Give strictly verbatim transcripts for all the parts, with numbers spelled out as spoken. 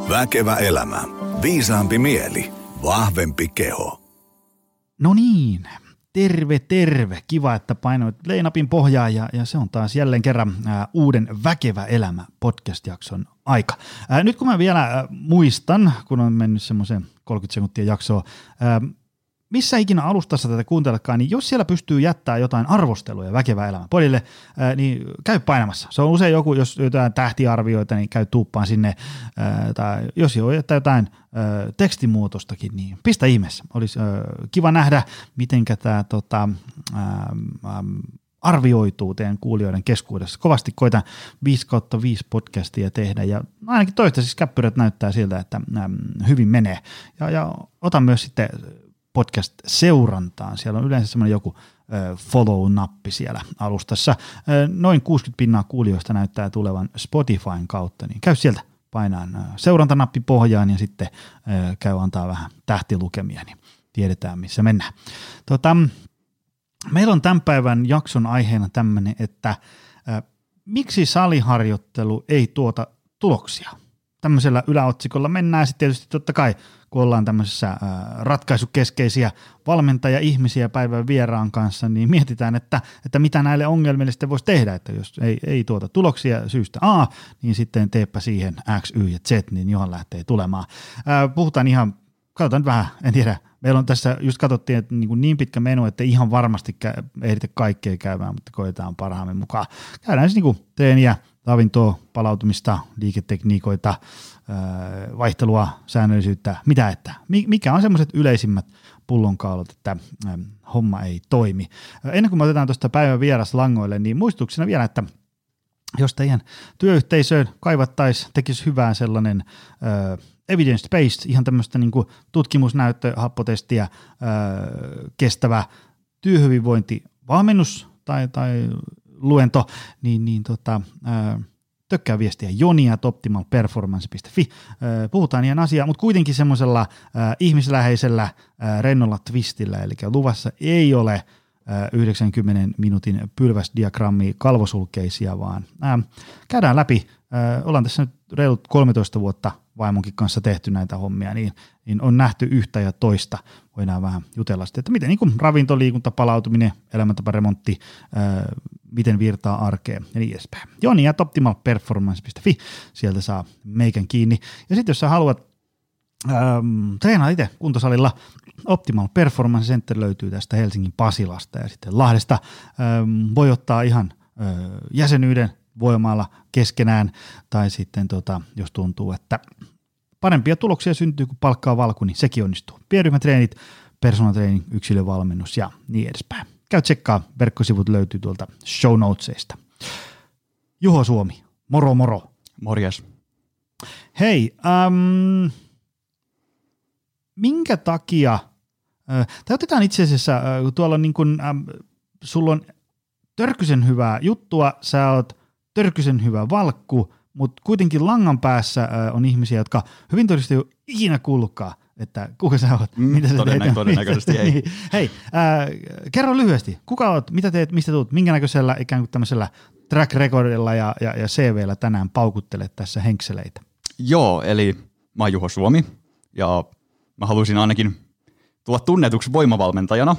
Väkevä elämä. Viisaampi mieli. Vahvempi keho. No niin, terve terve. Kiva, että painoit play-napin pohjaa ja, ja se on taas jälleen kerran ää, uuden Väkevä elämä podcast-jakson aika. Ää, nyt kun mä vielä ää, muistan, kun on mennyt semmoisen kolmekymmentä sekuntia jaksoa, ää, missä ikinä alustassa tätä kuuntelekaan, niin jos siellä pystyy jättää jotain arvosteluja Väkevä elämä podille, ää, niin käy painamassa. Se on usein joku, jos jotain tähtiarvioita, niin käy tuuppaan sinne, ää, tai jos jo jättää jotain ää, tekstimuotostakin, niin pistä ihmeessä. Olisi ää, kiva nähdä, mitenkä tämä tota, ää, ää, arvioituu teidän kuulijoiden keskuudessa. Kovasti koitan viisi kautta viisi podcastia tehdä, ja ainakin toistaiseksi käppyrät näyttää siltä, että ää, hyvin menee. Ja, ja otan myös sitten podcast-seurantaan. Siellä on yleensä semmoinen joku follow-nappi siellä alustassa. Noin kuusikymmentä pinnaa kuulijoista näyttää tulevan Spotifyn kautta, niin käy sieltä painaan seurantanappi pohjaan ja sitten käy antaa vähän tähtilukemia, niin tiedetään missä mennään. Tota, meillä on tämän päivän jakson aiheena tämmöinen, että miksi saliharjoittelu ei tuota tuloksia? Tämmöisellä yläotsikolla mennään sitten tietysti totta kai, kun ollaan tämmöisessä ratkaisukeskeisiä valmentaja-ihmisiä päivän vieraan kanssa, niin mietitään, että, että mitä näille ongelmille sitten voisi tehdä, että jos ei, ei tuota tuloksia syystä A, niin sitten teepä siihen X, Y ja Z, niin johon lähtee tulemaan. Ää, puhutaan ihan, katsotaan vähän, en tiedä, meillä on tässä, just katsottiin, että niin, niin pitkä menu, että ihan varmasti ehditä kaikkea käymään, mutta koetaan parhaamme mukaan. Käydään siis niin kuin treeniä, ravintoa, palautumista, liiketekniikoita, vaihtelua, säännöllisyyttä, mitä että. Mikä on semmoiset yleisimmät pullonkaulat, että homma ei toimi. Ennen kuin me otetaan tuosta päivän vieras langoille, niin muistutuksena vielä, että jos teidän työyhteisöön kaivattaisiin, tekisi hyvää sellainen uh, evidence-based, ihan tämmöistä niin kuin tutkimusnäyttö, happotestiä, uh, kestävä työhyvinvointivalmennus tai, tai luento, niin, niin tota, uh, tökkää viestiä joni at optimal performance piste fi. Puhutaan ihan asiaa, mutta kuitenkin semmoisella äh, ihmisläheisellä äh, rennolla twistillä, eli luvassa ei ole äh, yhdeksänkymmentä minuutin pylväsdiagrammia kalvosulkeisia, vaan äh, käydään läpi. Äh, ollaan tässä nyt reilut kolmetoista vuotta vaimonkin kanssa tehty näitä hommia, niin, niin on nähty yhtä ja toista. Voidaan vähän jutella sitten, että miten niin kuin ravinto, liikunta, palautuminen, elämäntaparemontti, äh, miten virtaa arkeen ja niin edespäin. Joni at optimal performance piste fi, sieltä saa meikän kiinni. Ja sitten jos sä haluat ähm, treenaa itse kuntosalilla, Optimal Performance Center löytyy tästä Helsingin Pasilasta ja sitten Lahdesta. Ähm, voi ottaa ihan äh, jäsenyyden voimalla keskenään, tai sitten tota, jos tuntuu, että parempia tuloksia syntyy, kun palkkaa valku, niin sekin onnistuu. Pienryhmätreenit, personal training, yksilövalmennus ja niin edespäin. Käy tsekkaa, verkkosivut löytyy tuolta show notesista. Juho Suomi, moro moro. Morjes. Hei, ähm, minkä takia, äh, tai otetaan itse asiassa, äh, kun tuolla on niin kuin, ähm, sulla on törkysen hyvää juttua, sä oot törkysen hyvä valkku, mutta kuitenkin langan päässä äh, on ihmisiä, jotka hyvin todennäköisesti ei ole ikinä kuullutkaan, että kuka sä oot, mm, mitä sä todennä- teet. Todennäköisesti ei. Niin. Hei, äh, kerro lyhyesti, kuka oot, mitä teet, mistä tuut, minkä näköisellä ikään kuin tämmöisellä track recordilla ja, ja, ja C V:llä tänään paukuttelet tässä henkseleitä? Joo, eli mä oon Juho Suomi ja mä haluaisin ainakin tulla tunnetuksi voimavalmentajana.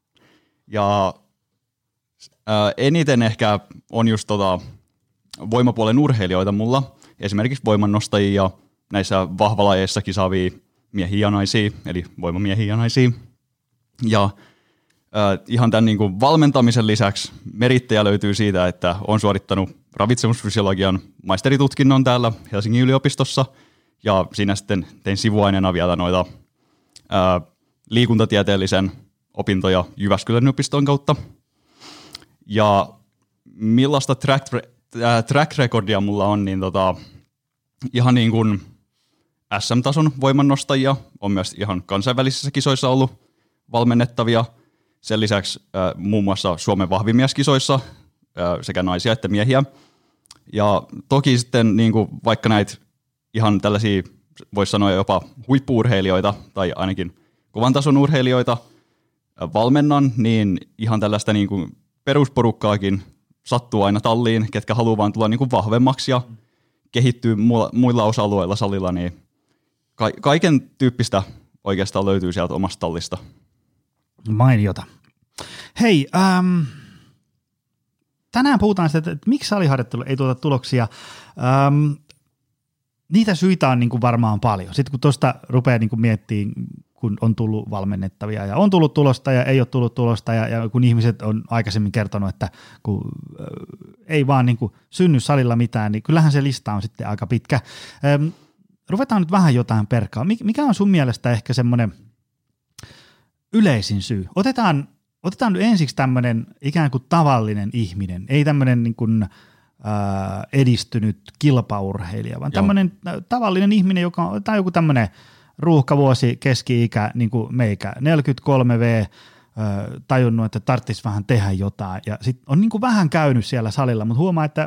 Ja ää, eniten ehkä on just tota voimapuolen urheilijoita mulla, esimerkiksi voimannostajia ja näissä vahvalajeissa kisaavia miehiä ja naisia, eli voimamiehiä ja naisia. Ja äh, ihan tämän niin kuin valmentamisen lisäksi merittejä löytyy siitä, että olen suorittanut ravitsemusfysiologian maisteritutkinnon täällä Helsingin yliopistossa, ja siinä sitten tein sivuaineena vielä noita äh, liikuntatieteellisen opintoja Jyväskylän yliopiston kautta. Ja millaista track, äh, track recordia mulla on, niin tota, ihan niin kuin S M-tason voimannostajia, on myös ihan kansainvälisissä kisoissa ollut valmennettavia. Sen lisäksi äh, muun muassa Suomen vahvimieskisoissa äh, sekä naisia että miehiä. Ja toki sitten niin kuin vaikka näitä ihan tällaisia, voisi sanoa jopa huippu-urheilijoita tai ainakin kovan tason urheilijoita äh, valmennan, niin ihan tällaista niin kuin perusporukkaakin sattuu aina talliin, ketkä haluaa vaan tulla niin kuin vahvemmaksi ja kehittyy muilla, muilla osa-alueilla salilla, niin ka- kaiken tyyppistä oikeastaan löytyy sieltä omasta tallista. Mainiota. Hei, ähm, tänään puhutaan siitä, että, että miksi saliharjoittelu ei tuota tuloksia. Ähm, niitä syitä on niin kuin varmaan paljon. Sitten kun tuosta rupeaa niin kuin miettimään, kun on tullut valmennettavia ja on tullut tulosta ja ei ole tullut tulosta ja, ja kun ihmiset on aikaisemmin kertonut, että kun äh, ei vaan niin kuin synny salilla mitään, niin kyllähän se lista on sitten aika pitkä. Ähm, ruvetaan nyt vähän jotain perkaa. Mikä on sun mielestä ehkä semmoinen yleisin syy? Otetaan, otetaan nyt ensiksi tämmöinen ikään kuin tavallinen ihminen, ei tämmöinen niin kuin, äh, edistynyt kilpaurheilija, vaan Joo. tämmöinen tavallinen ihminen, joka on, tai joku tämmöinen ruuhkavuosi, keski-ikä, niin kuin meikä, neljäkymmentäkolme vuotta, äh, tajunnut, että tarvitsisi vähän tehdä jotain, ja sitten on niin kuin vähän käynyt siellä salilla, mutta huomaa, että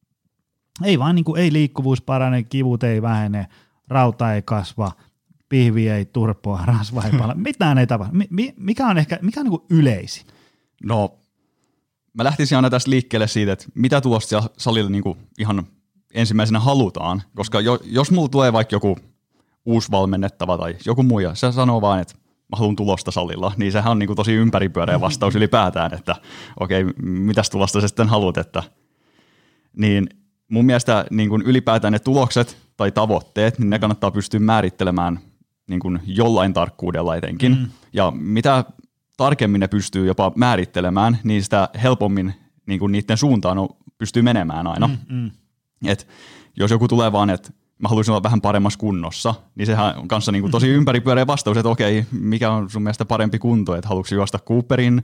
ei vaan niin kuin, ei liikkuvuus parane, kivut ei vähene, rauta ei kasva, pihvi ei turpoa, rasva ei pala, mitään ei tapahdu. Mikä on ehkä, mikä on niin kuin yleisin? No, mä lähtisin aina tästä liikkeelle siitä, että mitä tulosta salilla niin kuin ihan ensimmäisenä halutaan, koska jo, jos mulla tulee vaikka joku uusi valmennettava tai joku muu, ja se sanoo vaan, että mä haluan tulosta salilla, niin sehän on niin kuin tosi ympäripyöreä vastaus ylipäätään, että okei, okay, mitäs tulosta sä sitten haluat, että niin mun mielestä niin kuin ylipäätään ne tulokset tai tavoitteet, niin ne kannattaa pystyä määrittelemään niin kuin jollain tarkkuudella etenkin. Mm. Ja mitä tarkemmin ne pystyy jopa määrittelemään, niin sitä helpommin niin kuin niiden suuntaan on, pystyy menemään aina. Mm, mm. Et jos joku tulee vaan, että mä haluaisin olla vähän paremmassa kunnossa, niin sehän on kanssa niin kuin tosi ympäripyöreä vastaus, että okei, mikä on sun mielestä parempi kunto, että haluatko juosta Cooperin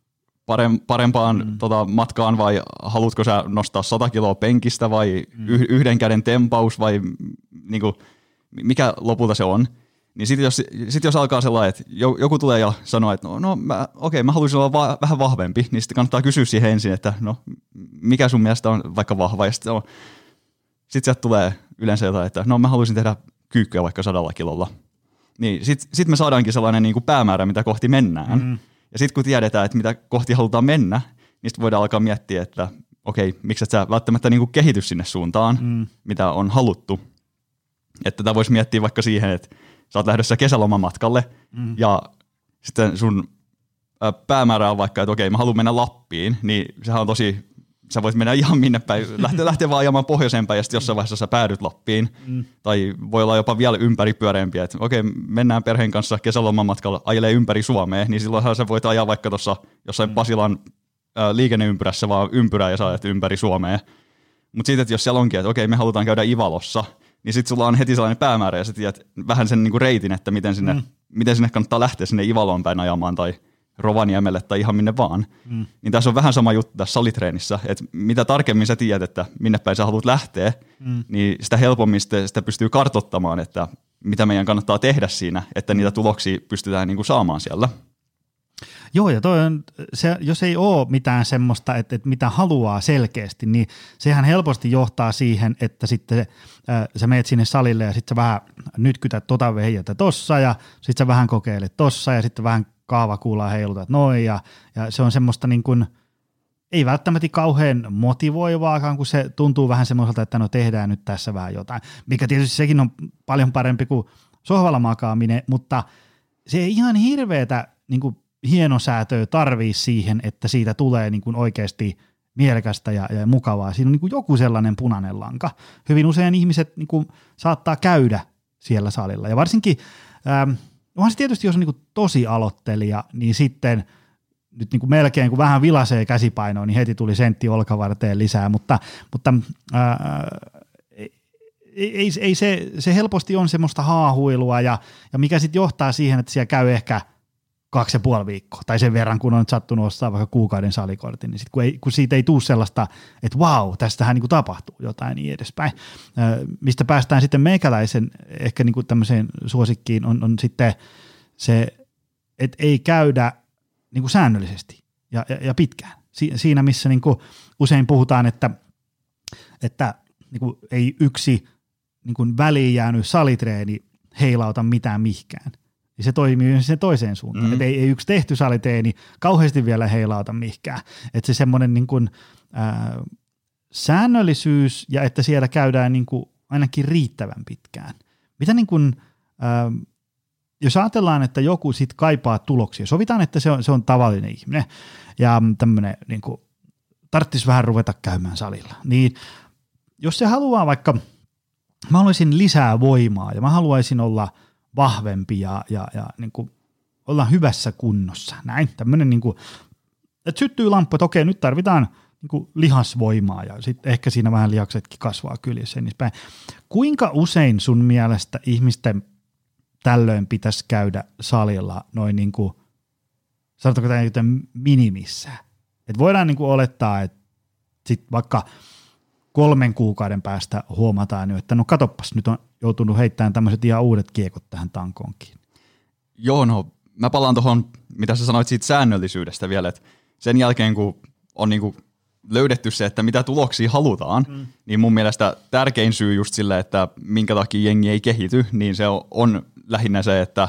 parempaan mm. tota, matkaan vai haluatko sä nostaa sata kiloa penkistä vai mm. yhden käden tempaus vai niin kuin, mikä lopulta se on. Niin sitten jos, sit jos alkaa sellainen, että joku tulee ja sanoo, että no, no mä, okei mä haluaisin olla va- vähän vahvempi, niin sitten kannattaa kysyä siihen ensin, että no mikä sun mielestä on vaikka vahva. Ja sitten no, sit sieltä tulee yleensä jotain, että no mä haluaisin tehdä kyykkyä vaikka sadalla kilolla. Niin sitten sit me saadaankin sellainen niin kuin päämäärä, mitä kohti mennään. Mm. Ja sitten kun tiedetään, että mitä kohti halutaan mennä, niin sitten voidaan alkaa miettiä, että okei, miksi et sä välttämättä niin kuin kehity sinne suuntaan, mm. mitä on haluttu. Että tätä voisi miettiä vaikka siihen, että sä oot lähdössä kesälomamatkalle mm. ja sitten sun päämäärä on vaikka, että okei, mä haluan mennä Lappiin, niin sehän on tosi, sä voit mennä ihan minne päin, lähteä, lähteä vaan ajamaan pohjoiseen päin ja sitten jossain vaiheessa sä päädyt Lappiin. Mm. Tai voi olla jopa vielä ympäripyöreämpiä, että okei, mennään perheen kanssa kesälomamatkalla, ajelee ympäri Suomea, niin silloinhan sä voit ajaa vaikka tuossa jossain mm. Pasilan ää, liikenneympyrässä vaan ympyrää ja sä ajat ympäri Suomea. Mutta sitten, että jos siellä onkin, että okei, me halutaan käydä Ivalossa, niin sitten sulla on heti sellainen päämäärä ja sä tiedät vähän sen niinku reitin, että miten sinne, mm. miten sinne kannattaa lähteä sinne Ivaloon päin ajamaan tai Rovaniemelle tai ihan minne vaan. Mm. Niin tässä on vähän sama juttu tässä salitreenissä, että mitä tarkemmin sä tiedät, että minne päin sä haluat lähteä, mm. niin sitä helpommin sitä, sitä pystyy kartoittamaan, että mitä meidän kannattaa tehdä siinä, että niitä tuloksia pystytään niinku saamaan siellä. Joo, ja toi on, se, jos ei ole mitään semmoista, että, että mitä haluaa selkeästi, niin sehän helposti johtaa siihen, että sitten äh, sä meet sinne salille ja sitten sä vähän nytkytät tota vehjätä tossa ja sitten sä vähän kokeilet tossa ja sitten vähän kaavakuulaa heilutat noin ja, ja se on semmoista niin kuin, ei välttämättä kauhean motivoivaakaan, kun se tuntuu vähän semmoiselta, että no tehdään nyt tässä vähän jotain, mikä tietysti sekin on paljon parempi kuin sohvalla makaaminen, mutta se ei ihan hirveetä niin kuin hienosäätöä tarvii siihen, että siitä tulee niin kuin oikeasti mielekästä ja, ja mukavaa. Siinä on niin kuin joku sellainen punainen lanka. Hyvin usein ihmiset niin kuin saattaa käydä siellä salilla. Ja varsinkin, ähm, onhan se tietysti, jos on niin kuin tosi aloittelija, niin sitten nyt niin kuin melkein kun vähän vilasee käsipainoa, niin heti tuli sentti olkavarteen lisää, mutta, mutta äh, ei, ei se, se helposti on semmoista haahuilua, ja, ja mikä sitten johtaa siihen, että siellä käy ehkä kaksi ja puoli viikkoa, tai sen verran, kun on sattunut ostaa vaikka kuukauden salikortin, niin sit kun, ei, kun siitä ei tule sellaista, että vau, tästähän niinku tapahtuu jotain niin edespäin. Ö, mistä päästään sitten meikäläisen ehkä niinku tämmöiseen suosikkiin, on, on sitten se, että ei käydä niinku säännöllisesti ja, ja, ja pitkään. Si, siinä, missä niinku usein puhutaan, että, että niinku ei yksi niinku väliin jäänyt salitreeni heilauta mitään mihkään. Niin se toimii sen toiseen suuntaan. Mm. Että ei, ei yksi tehty saliteeni kauheasti vielä heilauta mihkään. Että se semmoinen niin kuin, ää, säännöllisyys ja että siellä käydään niin kuin ainakin riittävän pitkään. Mitä niin kuin, ähm, jos ajatellaan, että joku sit kaipaa tuloksia, sovitaan, että se on, se on tavallinen ihminen ja tämmöinen niin kuin tarvitsisi vähän ruveta käymään salilla, niin jos se haluaa vaikka, mä haluaisin lisää voimaa ja mä haluaisin olla vahvempi ja, ja, ja niin kuin olla hyvässä kunnossa, näin, tämmöinen niin kuin, että syttyy lamppu, että okei, nyt tarvitaan niin kuin lihasvoimaa ja sitten ehkä siinä vähän lihaksetkin kasvaa kyljessä. Niin päin. Kuinka usein sun mielestä ihmisten tällöin pitäisi käydä salilla noin niin kuin, sanotaanko tämä joten minimissä? Että voidaan niin kuin olettaa, että sit vaikka kolmen kuukauden päästä huomataan nyt, että no katoppas, nyt on joutunut heittämään tämmöiset ihan uudet kiekot tähän tankoonkin. Joo, no mä palaan tuohon, mitä sä sanoit siitä säännöllisyydestä vielä, että sen jälkeen kun on niinku löydetty se, että mitä tuloksia halutaan, mm. niin mun mielestä tärkein syy just sille, että minkä takia jengi ei kehity, niin se on lähinnä se, että,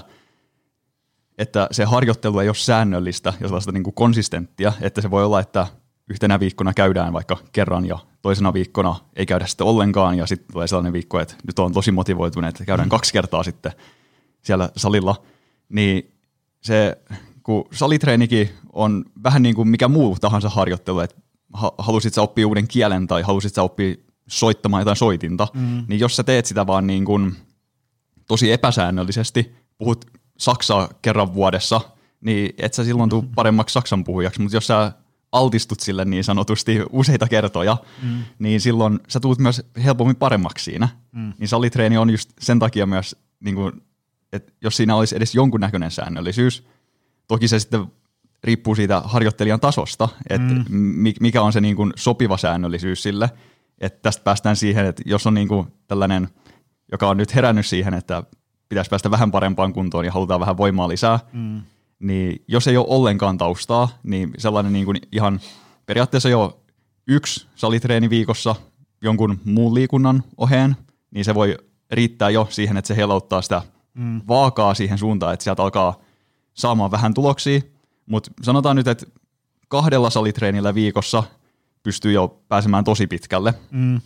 että se harjoittelu ei ole säännöllistä ja sellaista niinku konsistenttia, että se voi olla, että yhtenä viikkona käydään vaikka kerran ja toisena viikkona ei käydä sitten ollenkaan ja sitten tulee sellainen viikko, että nyt on tosi motivoituneet, että käydään mm. kaksi kertaa sitten siellä salilla, niin se, kun salitreenikin on vähän niin kuin mikä muu tahansa harjoittelu, että halusit sä oppia uuden kielen tai halusit sä oppia soittamaan jotain soitinta, mm. niin jos sä teet sitä vaan niin kuin tosi epäsäännöllisesti, puhut saksaa kerran vuodessa, niin et sä silloin tule paremmaksi saksan puhujaksi, mutta jos sä altistut sille niin sanotusti useita kertoja, mm. niin silloin sä tulet myös helpommin paremmaksi siinä. Mm. Niin salitreeni on just sen takia myös, niin kuin, että jos siinä olisi edes jonkunnäköinen säännöllisyys, toki se sitten riippuu siitä harjoittelijan tasosta, että mm. mikä on se niin kuin sopiva säännöllisyys sille, että tästä päästään siihen, että jos on niin kuin tällainen, joka on nyt herännyt siihen, että pitäisi päästä vähän parempaan kuntoon ja halutaan vähän voimaa lisää, mm. niin jos ei ole ollenkaan taustaa, niin sellainen niin kuin ihan periaatteessa jo yksi salitreeni viikossa jonkun muun liikunnan oheen, niin se voi riittää jo siihen, että se helauttaa sitä mm. vaakaa siihen suuntaan, että sieltä alkaa saamaan vähän tuloksia, mutta sanotaan nyt, että kahdella salitreenillä viikossa pystyy jo pääsemään tosi pitkälle. Mm.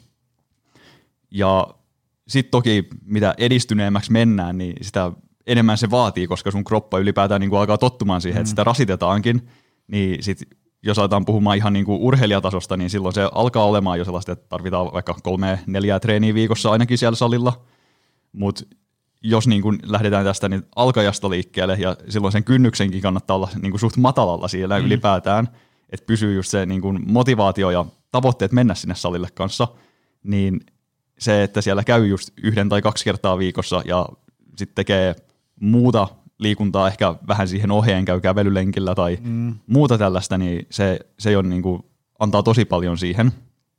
Ja sitten toki mitä edistyneemmäksi mennään, niin sitä enemmän se vaatii, koska sun kroppa ylipäätään niin kuin alkaa tottumaan siihen, mm. että sitä rasitetaankin. Niin sit, jos aletaan puhumaan ihan niin kuin urheilijatasosta, niin silloin se alkaa olemaan jo sellaista, että tarvitaan vaikka kolme, neljää treeniä viikossa ainakin siellä salilla. Mutta jos niin kuin lähdetään tästä niin alkajasta liikkeelle, ja silloin sen kynnyksenkin kannattaa olla niin kuin suht matalalla siellä mm. ylipäätään, että pysyy just se niin kuin motivaatio ja tavoitteet mennä sinne salille kanssa, niin se, että siellä käy just yhden tai kaksi kertaa viikossa ja sitten tekee muuta liikuntaa, ehkä vähän siihen ohjeen, käy kävelylenkillä tai mm. muuta tällaista, niin se, se on niin kuin, antaa tosi paljon siihen.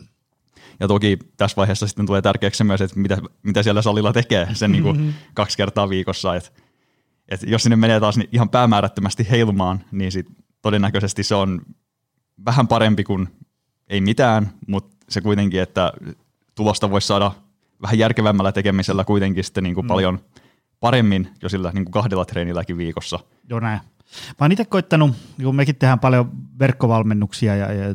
Ja toki tässä vaiheessa sitten tulee tärkeäksi myös, että mitä, mitä siellä salilla tekee sen niin kuin mm-hmm. kaksi kertaa viikossa. Et, et jos sinne menee taas niin ihan päämäärättömästi heilumaan, niin sit todennäköisesti se on vähän parempi kuin ei mitään, mutta se kuitenkin, että tulosta voisi saada vähän järkevämmällä tekemisellä kuitenkin sitten niin kuin mm. paljon paremmin jo sillä niin kuin kahdella treenilläkin viikossa. Joo näin. Mä oon itse koittanut, kun mekin tehdään paljon verkkovalmennuksia ja, ja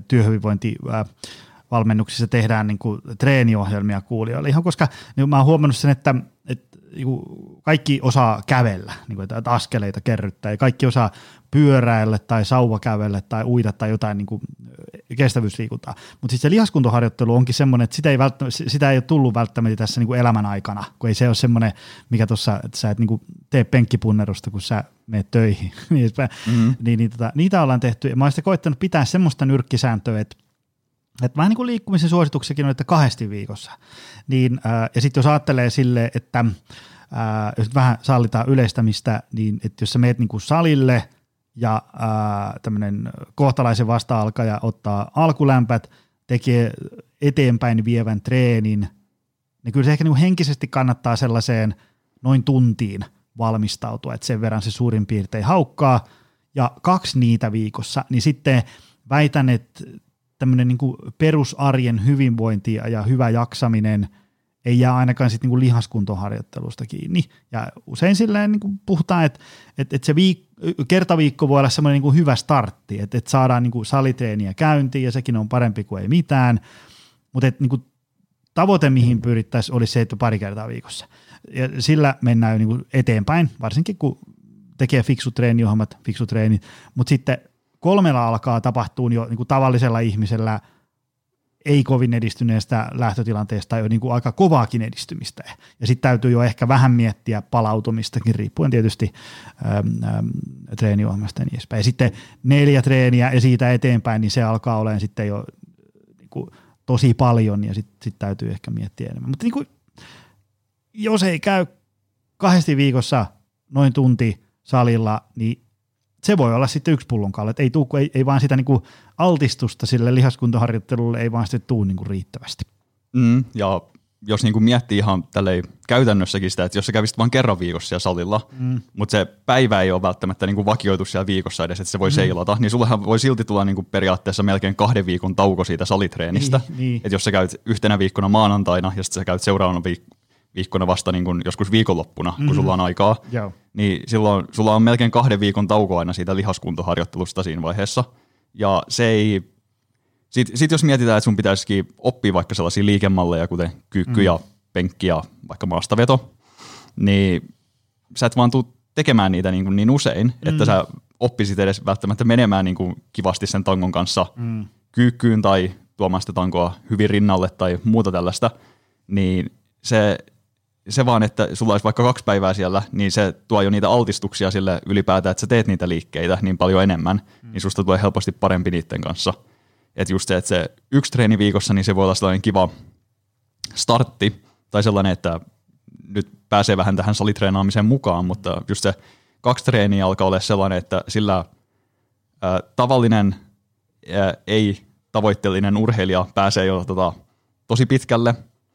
työhyvinvointivalmennuksissa tehdään niin kuin treeniohjelmia kuulijoille, ihan koska niin mä oon huomannut sen, että, että kaikki osaa kävellä, niin kuin, että askeleita kerryttää ja kaikki osaa pyöräillä tai sauvakävellä tai uida tai jotain niin kuin kestävyysliikuntaa. Mutta sitten se lihaskuntoharjoittelu onkin semmoinen, että sitä ei, sitä ei ole tullut välttämättä tässä niin kuin elämän aikana, kun ei se ole semmoinen, mikä tuossa, että sä et niin kuin tee penkkipunnerusta, kun sä menet töihin. mm-hmm. niin, niin, tota, niitä ollaan tehty. Ja mä oon sitten koittanut pitää semmoista nyrkkisääntöä, että että vähän niin kuin liikkumisen suosituksikin on, että kahdesti viikossa. Niin, ää, ja sitten jos ajattelee silleen, että ää, jos vähän sallitaan yleistämistä, niin että jos sä meet niin kuin salille ja tämmöinen kohtalaisen vasta-alkaja ottaa alkulämpät, tekee eteenpäin vievän treenin, niin kyllä se ehkä niin kuin henkisesti kannattaa sellaiseen noin tuntiin valmistautua, että sen verran se suurin piirtein haukkaa, ja kaksi niitä viikossa, niin sitten väitän, että tämmöinen niin kuin perusarjen hyvinvointi ja hyvä jaksaminen ei jää ainakaan sitten niin lihaskuntoharjoittelusta kiinni. Ja usein silleen niin kuin puhutaan, että, että, että se viik- kertaviikko voi olla semmoinen niin kuin hyvä startti, että, että saadaan niin kuin salitreeniä käyntiin ja sekin on parempi kuin ei mitään, mutta että niin kuin tavoite, mihin pyrittäisiin, olisi se, että pari kertaa viikossa. Ja sillä mennään jo niin kuin eteenpäin, varsinkin kun tekee fiksut treeniohjelmat, fiksut treenit, mutta sitten kolmella alkaa tapahtua jo niin kuin tavallisella ihmisellä ei kovin edistyneestä lähtötilanteesta jo niin kuin aika kovaakin edistymistä. Ja sitten täytyy jo ehkä vähän miettiä palautumistakin, riippuen tietysti äm, äm, treeniohjelmasta ja niin edespäin. Ja sitten neljä treeniä ja siitä eteenpäin, niin se alkaa olemaan sitten jo niin kuin tosi paljon ja sitten sit täytyy ehkä miettiä enemmän. Mutta niin kuin, jos ei käy kahdesti viikossa noin tunti salilla, niin se voi olla sitten yksi pullonkaula, että ei, tuu, ei, ei vaan sitä niinku altistusta sille lihaskuntoharjoittelulle ei vaan sitten tuu niinku riittävästi. Mm, ja jos niinku miettii ihan tälleen käytännössäkin sitä, että jos sä kävisit vain kerran viikossa siellä salilla, mm. mutta se päivä ei ole välttämättä niinku vakioitu siellä viikossa edes, että se voi mm. seilata, niin sullehan voi silti tulla niinku periaatteessa melkein kahden viikon tauko siitä salitreenistä. Niin, niin. Että jos sä käyt yhtenä viikkona maanantaina ja sitten sä käyt seuraavana viik- viikkona vasta niin kun joskus viikonloppuna, kun mm-hmm. sulla on aikaa, Joo. niin silloin sulla on melkein kahden viikon tauko aina siitä lihaskuntoharjoittelusta siinä vaiheessa. Ja se ei, sit, sit jos mietitään, että sun pitäisikin oppia vaikka sellaisia liikemalleja, kuten kyykky ja mm. penkki ja vaikka maastaveto, niin sä et vaan tuu tekemään niitä niin, kuin niin usein, mm. että sä oppisit edes välttämättä menemään niin kuin kivasti sen tangon kanssa mm. kyykkyyn tai tuomaan sitä tankoa hyvin rinnalle tai muuta tällaista, niin se Se vaan, että sulla olisi vaikka kaksi päivää siellä, niin se tuo jo niitä altistuksia sille ylipäätään, että sä teet niitä liikkeitä niin paljon enemmän, mm. niin susta tulee helposti parempi niiden kanssa. Että just se, että se yksi treeni viikossa, niin se voi olla sellainen kiva startti, tai sellainen, että nyt pääsee vähän tähän salitreenaamiseen mukaan, mutta just se kaksi treeniä alkaa olla sellainen, että sillä ää, tavallinen ää, ei-tavoitteellinen urheilija pääsee jo tota, tosi pitkälle,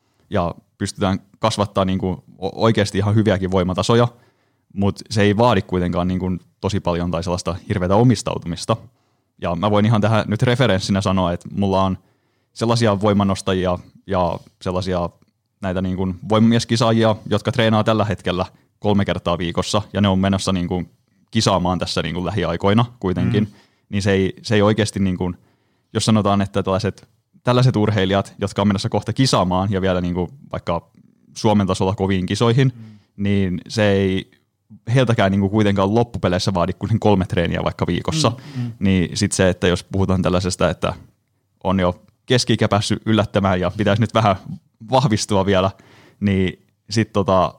ja pystytään kasvattaa niin kuin oikeasti ihan hyviäkin voimatasoja, mutta se ei vaadi kuitenkaan niin kuin tosi paljon tai sellaista hirveätä omistautumista. Ja mä voin ihan tähän nyt referenssinä sanoa, että mulla on sellaisia voimanostajia ja sellaisia näitä niin kuin voimamieskisaajia, jotka treenaa tällä hetkellä kolme kertaa viikossa, ja ne on menossa niin kuin kisaamaan tässä niin kuin lähiaikoina kuitenkin, mm. niin se ei, se ei oikeasti, niin kuin, jos sanotaan, että tällaiset Tällaiset urheilijat, jotka on menossa kohta kisaamaan ja vielä niin kuin vaikka Suomen tasolla koviin kisoihin, mm. niin se ei heiltäkään niin kuin kuitenkaan loppupeleissä vaadi kuin kolme treeniä vaikka viikossa. Mm. Mm. Niin sitten se, että jos puhutaan tällaisesta, että on jo keski-ikä päässyt yllättämään ja pitäisi nyt vähän vahvistua vielä, niin sitten tota,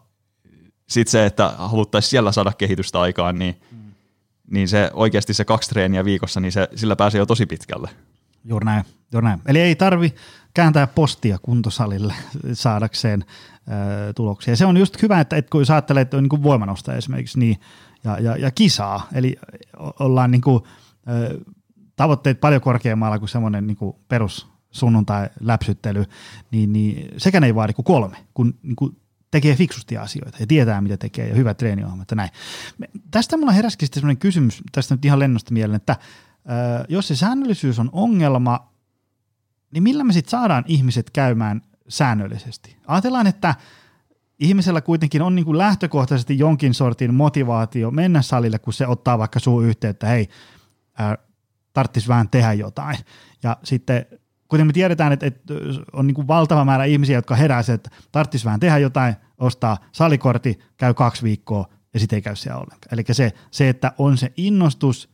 sit se, että haluttaisiin siellä saada kehitystä aikaan, niin, mm. niin se oikeasti se kaksi treeniä viikossa, niin se, sillä pääsee jo tosi pitkälle. Juuri näin, juuri näin. Eli ei tarvi kääntää postia kuntosalille saadakseen ö, tuloksia. Se on just hyvä, että et kun sä ajattelet, että on niin voimanosta esimerkiksi niin, ja, ja, ja kisaa, eli ollaan niin kuin, ö, tavoitteet paljon korkeammalla kuin semmoinen niin kuin perus sunnuntai-läpsyttely, niin, niin sekään ei vaadi kuin kolme, kun niin kuin tekee fiksusti asioita ja tietää, mitä tekee ja hyvät treeniohjelmat ja näin. Tästä mulla heräsikin sitten semmoinen kysymys, tästä nyt ihan lennosta mieleen, että Öö, jos se säännöllisyys on ongelma, niin millä me sitten saadaan ihmiset käymään säännöllisesti? Ajatellaan, että ihmisellä kuitenkin on niinku lähtökohtaisesti jonkin sortin motivaatio mennä salille, kun se ottaa vaikka suun yhteyttä, hei, äh, tarvitsisi vähän tehdä jotain. Ja sitten kuten me tiedetään, että, että on niinku valtava määrä ihmisiä, jotka herää se, että tarvitsisi vähän tehdä jotain, ostaa salikortti, käy kaksi viikkoa ja sitten ei käy siellä ollenkaan. Eli se, se, että on se innostus,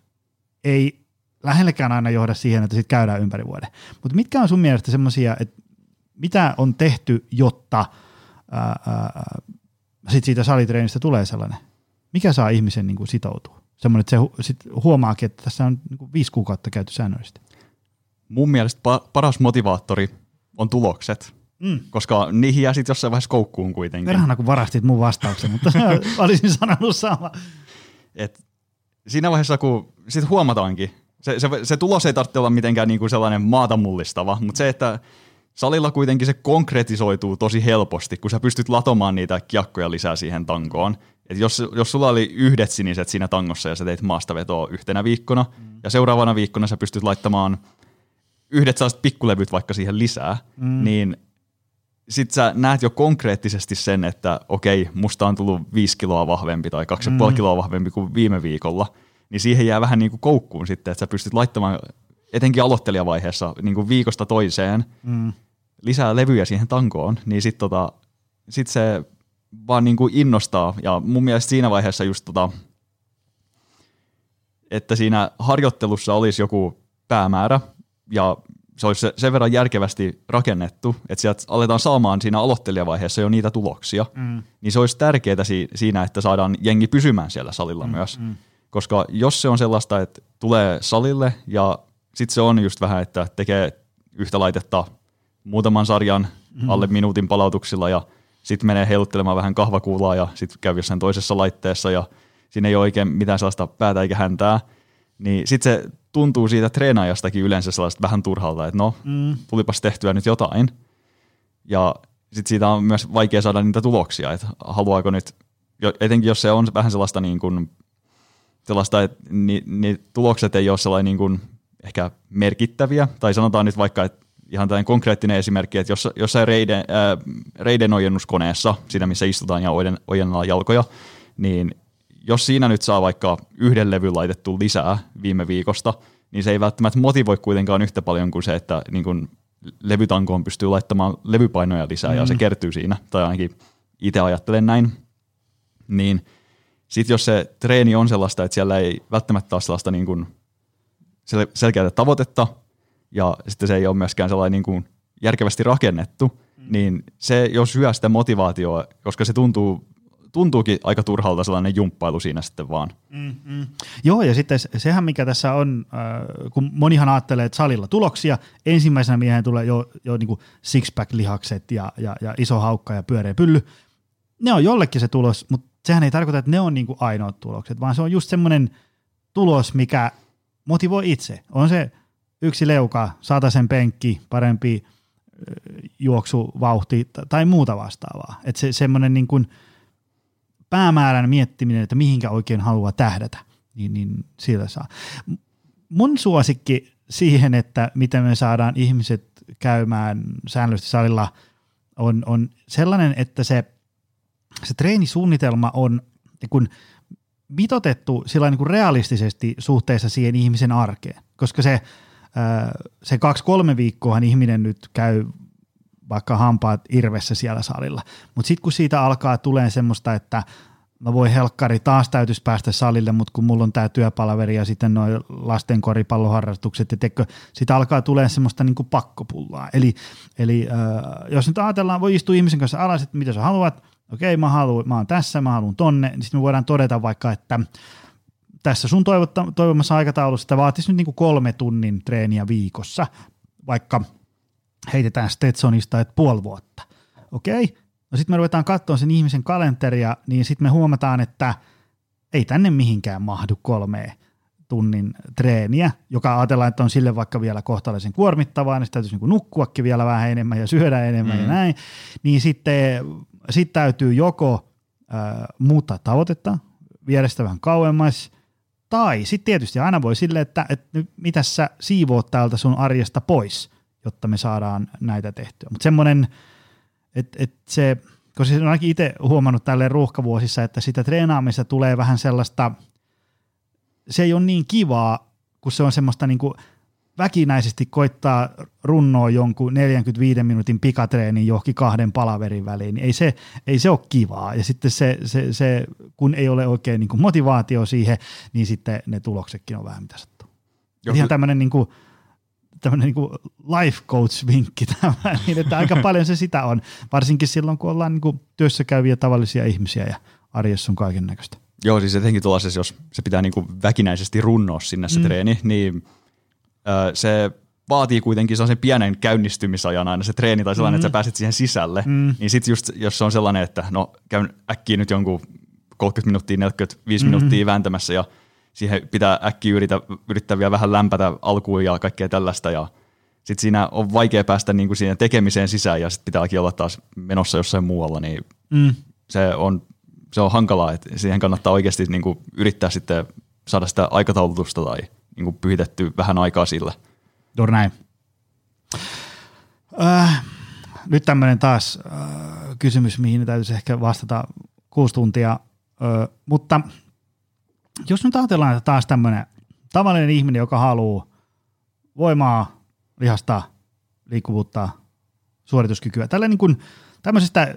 ei lähellekään aina johda siihen, että sitten käydään ympäri vuoden. Mutta mitkä on sun mielestä semmoisia, että mitä on tehty, jotta ää, ää, sit siitä salitreenistä tulee sellainen? Mikä saa ihmisen niin kuin sitoutua? Semmoinen, että se hu- sit huomaakin, että tässä on niin kuin viisi kuukautta käyty säännöllisesti. Mun mielestä pa- paras motivaattori on tulokset, mm. koska niihin jää sitten jossain vaiheessa koukkuun kuitenkin. Perhana, kun varastit mun vastauksen, mutta olisin sanonut sama. Et siinä vaiheessa, kun sitten huomataankin, Se, se, se tulos ei tarvitse olla mitenkään niin kuin sellainen maata mullistava, mutta se, että salilla kuitenkin se konkretisoituu tosi helposti, kun sä pystyt latomaan niitä kiekkoja lisää siihen tankoon. Et jos, jos sulla oli yhdet siniset siinä tangossa ja sä teit maastavetoa yhtenä viikkona, mm. ja seuraavana viikkona sä pystyt laittamaan yhdet sellaiset pikkulevyt vaikka siihen lisää, mm. niin sit sä näet jo konkreettisesti sen, että okei, musta on tullut viisi kiloa vahvempi tai kaksi ja puoli kiloa vahvempi kuin viime viikolla, niin siihen jää vähän niin kuin koukkuun sitten, että sä pystyt laittamaan etenkin aloittelijavaiheessa niin kuin viikosta toiseen, mm. lisää levyjä siihen tankoon, niin sitten tota, sit se vaan niinku innostaa. Ja mun mielestä siinä vaiheessa just tota, että siinä harjoittelussa olisi joku päämäärä ja se olisi sen verran järkevästi rakennettu, että sieltä aletaan saamaan siinä aloittelijavaiheessa jo niitä tuloksia, mm. niin se olisi tärkeää siinä, että saadaan jengi pysymään siellä salilla mm, myös. Mm. Koska jos se on sellaista, että tulee salille ja sitten se on just vähän, että tekee yhtä laitetta muutaman sarjan mm. alle minuutin palautuksilla ja sitten menee heiluttelemaan vähän kahvakuulaa ja sitten käy jossain toisessa laitteessa ja siinä ei ole oikein mitään sellaista päätä eikä häntää, niin sitten se tuntuu siitä treenaajastakin yleensä sellaista vähän turhalta, että no, mm. tulipas tehtyä nyt jotain. Ja sitten siitä on myös vaikea saada niitä tuloksia, että haluaako nyt, etenkin jos se on vähän sellaista niin kuin, sellaista, että ni, ni tulokset ei ole sellainen niin kuin ehkä merkittäviä, tai sanotaan nyt vaikka, että ihan tällainen konkreettinen esimerkki, että jos, jossain reiden, äh, reiden ojennuskoneessa, siinä missä istutaan ja ojen, ojennellaan jalkoja, niin jos siinä nyt saa vaikka yhden levyn laitettu lisää viime viikosta, niin se ei välttämättä motivoi kuitenkaan yhtä paljon kuin se, että niin kun levytankoon pystyy laittamaan levypainoja lisää mm. ja se kertyy siinä, tai ainakin itse ajattelen näin. Niin sitten jos se treeni on sellaista, että siellä ei välttämättä ole sellaista niin kun sel- selkeää tavoitetta, ja sitten se ei ole myöskään sellainen niin kun järkevästi rakennettu, mm. niin se jo syö sitä motivaatioa, koska se tuntuu tuntuukin aika turhalta sellainen jumppailu siinä sitten vaan. Mm, mm. Joo, ja sitten sehän mikä tässä on, äh, kun monihan ajattelee, että salilla tuloksia, ensimmäisenä miehen tulee jo, jo niin kuin six-pack-lihakset ja, ja, ja iso haukka ja pyöreä pylly. Ne on jollekin se tulos, mutta sehän ei tarkoita, että ne on niin kuin ainoat tulokset, vaan se on just semmoinen tulos, mikä motivoi itse. On se yksi leuka, satasen penkki, parempi juoksuvauhti tai muuta vastaavaa. Että se semmoinen niin kuin päämäärän miettiminen, että mihinkä oikein haluaa tähdätä, niin, niin sillä saa. Mun suosikki siihen, että miten me saadaan ihmiset käymään säännöllisesti salilla, on, on sellainen, että se, se treenisuunnitelma on niin kuin mitoitettu sillä niin kuin realistisesti suhteessa siihen ihmisen arkeen, koska se, se kaksi-kolme viikkoahan ihminen nyt käy vaikka hampaat irvessä siellä salilla. Mutta sitten kun siitä alkaa tulee semmoista, että no voi helkkari, taas täytyisi päästä salille, mutta kun mulla on tämä työpalaveri ja sitten nuo lasten koripalloharrastukset, ja teikö, siitä alkaa tulee semmoista niinku pakkopullaa. Eli, eli äh, jos nyt ajatellaan, voi istua ihmisen kanssa alas, että mitä sä haluat, okei mä, haluan, mä oon tässä, mä haluan tonne, niin sitten me voidaan todeta vaikka, että tässä sun toivomassa aikataulussa sitä vaatisi nyt niinku kolme tunnin treeniä viikossa, vaikka heitetään Stetsonista, että puoli vuotta. Okei, no sitten me ruvetaan katsoa sen ihmisen kalenteria, niin sitten me huomataan, että ei tänne mihinkään mahdu kolmeen tunnin treeniä, joka ajatellaan, että on sille vaikka vielä kohtalaisen kuormittavaa, niin sitä täytyisi niin nukkuakin vielä vähän enemmän ja syödä enemmän mm. ja näin, niin sitten sit täytyy joko äh, muuttaa tavoitetta, viedä sitä vähän kauemmas, tai sitten tietysti aina voi silleen, että, että mitä sä siivoot täältä sun arjesta pois, jotta me saadaan näitä tehtyä. Mutta semmoinen, että et se, koska se on ainakin itse huomannut tälleen ruuhkavuosissa, että sitä treenaamista tulee vähän sellaista, se ei ole niin kivaa, kun se on semmoista niinku väkinäisesti koittaa runnoa jonkun neljänkymmenenviiden minuutin pikatreenin johonkin kahden palaverin väliin, niin ei se, ei se ole kivaa. Ja sitten se, se, se kun ei ole oikein niinku motivaatio siihen, niin sitten ne tuloksetkin on vähän mitä sattuu. Ihan tämmöinen niinku tämmöinen niin kuin life coach-vinkki tämä, niin että aika paljon se sitä on, varsinkin silloin, kun ollaan niin kuin työssä käyviä tavallisia ihmisiä ja arjessa on kaiken näköistä. Joo, siis etenkin tuollaisessa, jos se pitää niin kuin väkinäisesti runnoa sinne se mm. treeni, niin äh, se vaatii kuitenkin sellaisen pienen käynnistymisajan aina se treeni tai sellainen, mm. että sä pääset siihen sisälle, mm. niin sitten just, jos se on sellainen, että no käyn äkkiä nyt jonkun kolmekymmentä minuuttia, neljäkymmentäviisi mm. minuuttia vääntämässä ja siihen pitää äkkiä yrittää, yrittää vielä vähän lämpätä alkuun ja kaikkea tällaista ja sitten siinä on vaikea päästä niinku siihen tekemiseen sisään ja sitten pitääkin olla taas menossa jossain muualla, niin mm. se, on, se on hankalaa, että siihen kannattaa oikeasti niinku yrittää sitten saada sitä aikataulutusta tai niinku pyhitettyä vähän aikaa sillä. Juuri näin. Äh, nyt tämmöinen taas äh, kysymys, mihin täytyisi ehkä vastata kuusi tuntia, äh, mutta jos nyt ajatellaan, että taas tämmöinen tavallinen ihminen, joka haluaa voimaa, lihasta, liikkuvuutta, suorituskykyä. Tällä niin kuin, tämmöisestä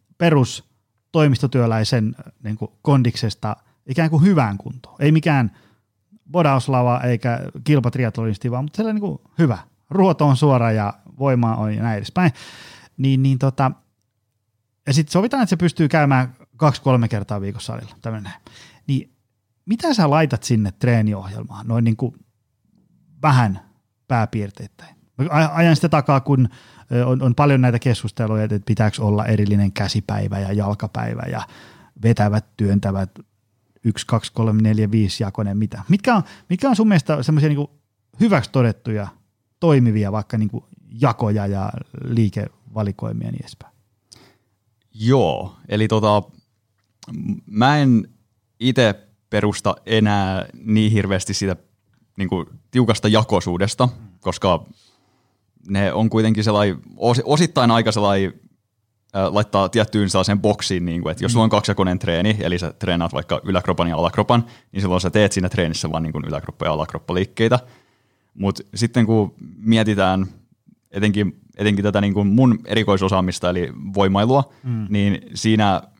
perustoimistotyöläisen niin kuin kondiksesta ikään kuin hyvään kuntoon. Ei mikään bodauslava eikä kilpatriatlonisti, vaan mutta sellainen niin kuin hyvä. Ruoto on suora ja voimaa on ja näin edespäin. Niin, niin tota, ja sitten sovitaan, että se pystyy käymään kaksi-kolme kertaa viikossa salilla. Tämmöinen. Niin mitä sä laitat sinne treeniohjelmaan? Noin niin kuin vähän pääpiirteittäin. Ajan sitä takaa, kun on, on paljon näitä keskusteluja, että pitääkö olla erillinen käsipäivä ja jalkapäivä ja vetävät, työntävät, yksi, kaksi, kolme, neljä, viisi jakonen, mitä. Mitkä on, mitkä on sun mielestä semmoisia niin hyväksi todettuja, toimivia vaikka niin kuin jakoja ja liikevalikoimia ja niin edespäin? Joo, eli tota, mä en itse perusta enää niin hirveästi siitä niin kuin tiukasta jakoisuudesta, koska ne on kuitenkin sellainen, osittain aika sellainen, äh, laittaa tiettyyn sellaiseen boksiin, niin kuin, että jos sulla on kaksijakoinen treeni, eli sä treenaat vaikka yläkropan ja alakropan, niin silloin sä teet siinä treenissä vaan niin kuin yläkroppa- ja alakroppaliikkeitä. Mutta sitten kun mietitään etenkin, etenkin tätä niin kuin mun erikoisosaamista, eli voimailua, mm. niin siinä äh,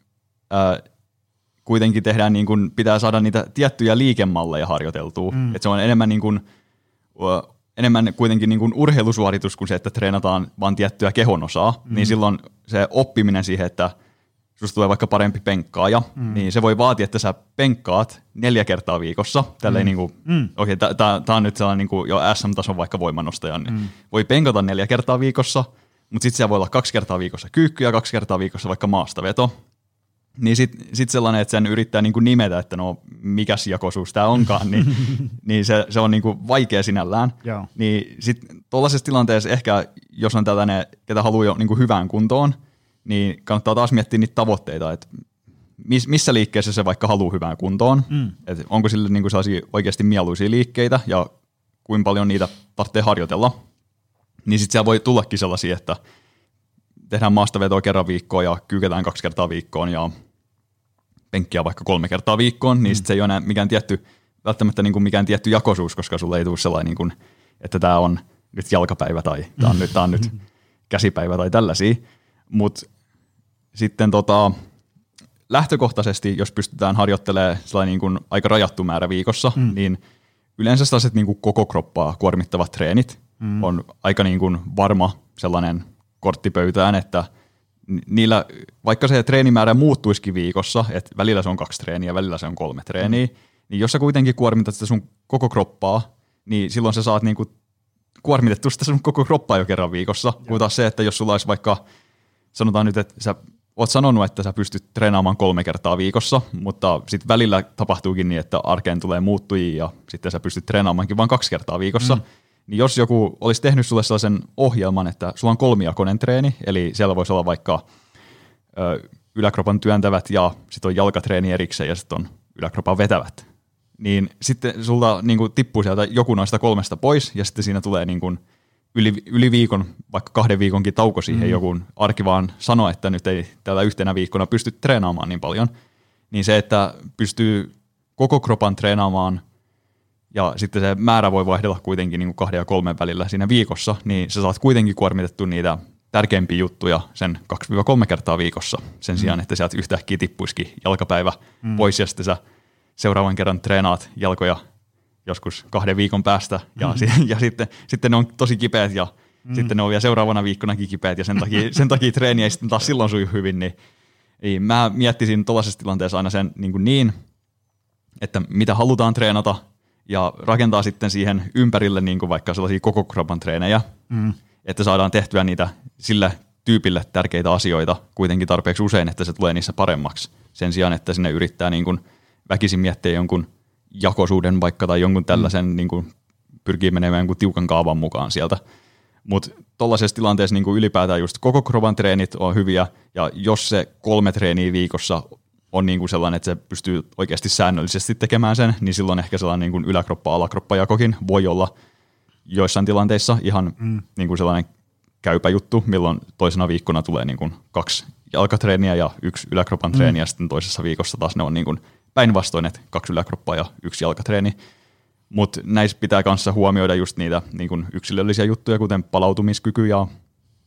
kuitenkin tehdään, niin kuin, pitää saada niitä tiettyjä liikemalleja harjoiteltua. Mm. Et se on enemmän, niin kuin, uh, enemmän kuitenkin niin kuin urheilusuoritus kuin se, että treenataan vain tiettyä kehonosaa. Mm. Niin silloin se oppiminen siihen, että susta tulee vaikka parempi penkkaaja, mm. niin se voi vaatia, että sä penkkaat neljä kertaa viikossa. Tälleen mm. niin kuin, mm. okei, okay, tää on nyt sellainen niin kuin jo S M-tason vaikka voimanostaja, niin mm. voi penkata neljä kertaa viikossa, mutta sitten siellä voi olla kaksi kertaa viikossa kyykky ja kaksi kertaa viikossa vaikka maastaveto. Niin sitten sit sellainen, että sen yrittää niinku nimetä, että no mikäs jakoisuus tämä onkaan, niin, niin se, se on niinku vaikea sinällään. Joo. Niin sitten tuollaisessa tilanteessa ehkä, jos on tällainen, ketä haluaa jo niinku hyvään kuntoon, niin kannattaa taas miettiä niitä tavoitteita, että miss, missä liikkeessä se vaikka haluaa hyvään kuntoon, mm. että onko sille niinku sellaisia oikeasti mieluisia liikkeitä ja kuinka paljon niitä tarvitsee harjoitella. Niin sitten siellä voi tullakin sellaisia, että tehdään maastavetoa kerran viikkoon ja kyyketään kaksi kertaa viikkoon ja penkkiä vaikka kolme kertaa viikkoon, niin mm. sit se ei ole enää mikään tietty, välttämättä niin kuin mikään tietty jakoisuus, koska sulle ei tule sellainen, niin kuin, että tämä on nyt jalkapäivä tai tämä on nyt, tää on nyt käsipäivä tai tällaisia. Mutta sitten tota, lähtökohtaisesti, jos pystytään harjoittelemaan sellainen niin kuin aika rajattu määrä viikossa, mm. niin yleensä sellaiset niin kuin koko kroppaa kuormittavat treenit mm. on aika niin kuin varma sellainen korttipöytään, että niillä, vaikka se treenimäärä muuttuisikin viikossa, että välillä se on kaksi treeniä, välillä se on kolme treeniä, mm. niin jos sä kuitenkin kuormitat sitä sun koko kroppaa, niin silloin sä saat niinku kuormitettua sitä sun koko kroppaa jo kerran viikossa. Kun taas se, että jos sulla olisi vaikka, sanotaan nyt, että sä oot sanonut, että sä pystyt treenaamaan kolme kertaa viikossa, mutta sitten välillä tapahtuukin niin, että arkeen tulee muuttujia ja sitten sä pystyt treenaamaankin vain kaksi kertaa viikossa, mm. niin jos joku olisi tehnyt sulle sellaisen ohjelman, että sulla on kolmijakoinen treeni, eli siellä voisi olla vaikka ö, yläkropan työntävät ja sitten on jalkatreeni erikseen ja sitten on yläkropan vetävät, niin sitten sulta niin kuin tippuu sieltä joku noista kolmesta pois ja sitten siinä tulee niin kuin yli, yli viikon, vaikka kahden viikonkin tauko siihen mm. joku arki vaan sanoo, että nyt ei tällä yhtenä viikkona pysty treenaamaan niin paljon, niin se, että pystyy koko kropan treenaamaan ja sitten se määrä voi vaihdella kuitenkin niin kuin kahden ja kolmen välillä siinä viikossa, niin sä saat kuitenkin kuormitettua niitä tärkeimpiä juttuja sen kaksi kolme kertaa viikossa sen mm. sijaan, että sieltä yhtäkkiä tippuisikin jalkapäivä mm. pois ja sitten sä seuraavan kerran treenaat jalkoja joskus kahden viikon päästä ja, mm. si- ja sitten, sitten ne on tosi kipeät ja mm. sitten ne on vielä seuraavana viikkonakin kipeät ja sen takia, sen takia treeni ei sitten taas silloin suju hyvin, niin, niin mä miettisin tuollaisessa tilanteessa aina sen niin, kuin niin, että mitä halutaan treenata ja rakentaa sitten siihen ympärille niin kuin vaikka sellaisia koko kropan treenejä, mm. että saadaan tehtyä niitä sille tyypille tärkeitä asioita kuitenkin tarpeeksi usein, että se tulee niissä paremmaksi sen sijaan, että sinne yrittää niin kuin väkisin miettiä jonkun jakoisuuden vaikka tai jonkun tällaisen mm. niin kuin pyrkii menemään jonkun tiukan kaavan mukaan sieltä. Mutta tuollaisessa tilanteessa niin kuin ylipäätään just koko kropan treenit on hyviä ja jos se kolme treeniä viikossa on niin kuin sellainen, että se pystyy oikeasti säännöllisesti tekemään sen, niin silloin ehkä sellainen niin kuin yläkroppa-alakroppa-jakokin voi olla joissain tilanteissa ihan mm. niin kuin sellainen käypä juttu, milloin toisena viikkona tulee niin kuin kaksi jalkatreeniä ja yksi yläkropan treeni mm. ja sitten toisessa viikossa taas ne on niin kuin päinvastoin, että kaksi yläkroppaa ja yksi jalkatreeni. Mutta näissä pitää kanssa huomioida just niitä niin kuin yksilöllisiä juttuja, kuten palautumiskyky ja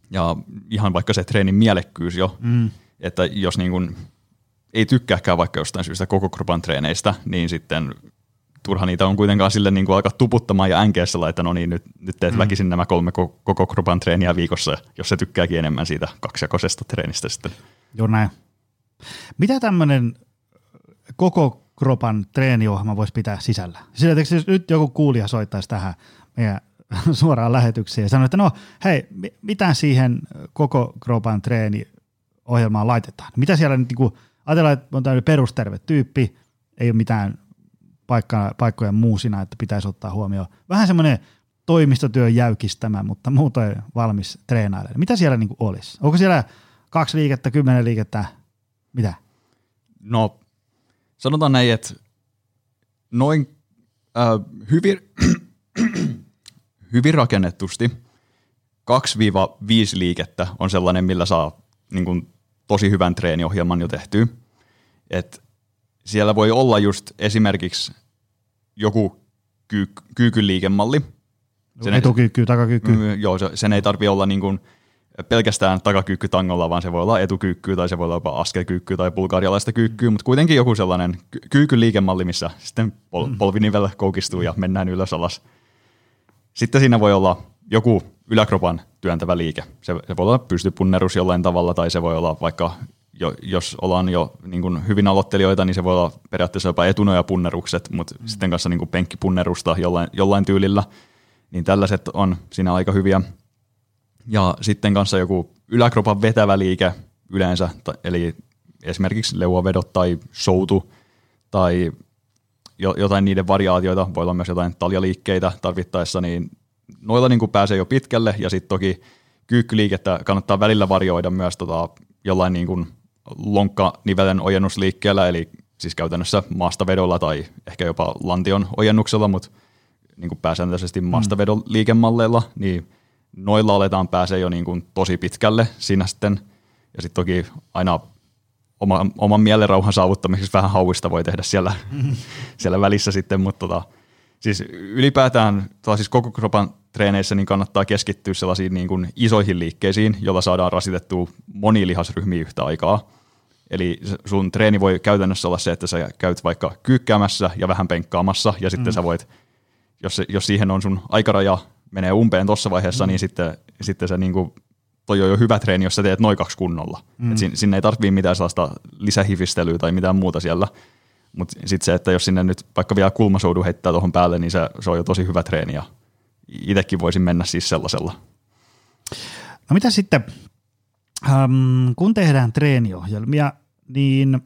Ja ihan vaikka se treenin mielekkyys jo, mm. että jos niin kuin ei tykkääkään vaikka jostain syystä koko kropan treeneistä, niin sitten turha niitä on kuitenkaan sille niin kuin alkaa tuputtamaan ja änkeessä, että no niin, nyt, nyt teet mm. väkisin nämä kolme koko kropan treeniä viikossa, jos se tykkääkin enemmän siitä kaksijakoisesta treenistä sitten. Joo näin. Mitä tämmöinen koko kropan treeniohjelma voisi pitää sisällä? Sillä että jos nyt joku kuulija soittaisi tähän meidän suoraan lähetykseen ja sanoi, että no hei, mitä siihen koko kropan treeniohjelmaan laitetaan? Mitä siellä nyt, niin kuin, ajatellaan, että on tämmöinen perusterve tyyppi, ei ole mitään paikka, paikkoja muusina, että pitäisi ottaa huomioon. Vähän semmoinen toimistotyön jäykistämä, mutta muutoin valmis treenailemaan. Mitä siellä niin kuin olisi? Onko siellä kaksi liikettä, kymmenen liikettä, mitä? No sanotaan näin, että noin äh, hyvin, hyvin rakennettusti kaksi viisi liikettä on sellainen, millä saa niin kuin, tosi hyvän treeniohjelman jo tehtyä. Et siellä voi olla just esimerkiksi joku kyy, kyykyn liikemalli. Sen etukyykky, takakyykky. Mm, joo, se, sen ei tarvitse olla niin kuin pelkästään takakyykky tangolla, vaan se voi olla etukyykky tai se voi olla jopa askelkyykky tai bulgarialaista kyykkyä, mutta kuitenkin joku sellainen kyykyn liikemalli, missä sitten pol- polvinivel koukistuu ja mennään ylös alas. Sitten siinä voi olla joku yläkropan työntävä liike. Se, se voi olla pystypunnerus jollain tavalla tai se voi olla vaikka, jo, jos ollaan jo niin kuin hyvin aloittelijoita, niin se voi olla periaatteessa jopa etunojapunnerukset, mutta mm. sitten kanssa niin kuin penkkipunnerusta jollain, jollain tyylillä. Niin tällaiset on siinä aika hyviä. Ja sitten kanssa joku yläkropan vetävä liike yleensä, eli esimerkiksi leuavedot tai soutu tai jotain niiden variaatioita, voi olla myös jotain taljaliikkeitä tarvittaessa, niin noilla niin kuin pääsee jo pitkälle, ja sitten toki kyykkyliikettä kannattaa välillä varioida myös tota, jollain niin kuin lonkkanivelen ojennusliikkeellä, eli siis käytännössä maastavedolla tai ehkä jopa lantion ojennuksella, mutta niin kuin pääsääntöisesti maastavedon liikemalleilla, niin noilla aletaan pääsee jo niin kuin tosi pitkälle siinä sitten, ja sitten toki aina oma, oman mielenrauhan saavuttamiseksi vähän hauista voi tehdä siellä, mm-hmm. siellä välissä sitten, mutta tota, siis ylipäätään siis koko kropan treeneissä niin kannattaa keskittyä sellaisiin niin kuin isoihin liikkeisiin, joilla saadaan rasitettua monia lihasryhmiä yhtä aikaa. Eli sun treeni voi käytännössä olla se, että sä käyt vaikka kyykkäämässä ja vähän penkkaamassa, ja sitten mm. sä voit, jos, jos siihen on sun aikaraja menee umpeen tuossa vaiheessa, mm. niin sitten, sitten se niin kuin, toi on jo hyvä treeni, jos sä teet noin kaksi kunnolla. Mm. Et sinne, sinne ei tarvitse mitään sellaista lisähifistelyä tai mitään muuta siellä. Mutta sitten se, että jos sinne nyt vaikka vielä kulmasoudu heittää tuohon päälle, niin se, se on jo tosi hyvä treeni. Ja itsekin voisin mennä siis sellaisella. No mitä sitten, ähm, kun tehdään treeniohjelmia, niin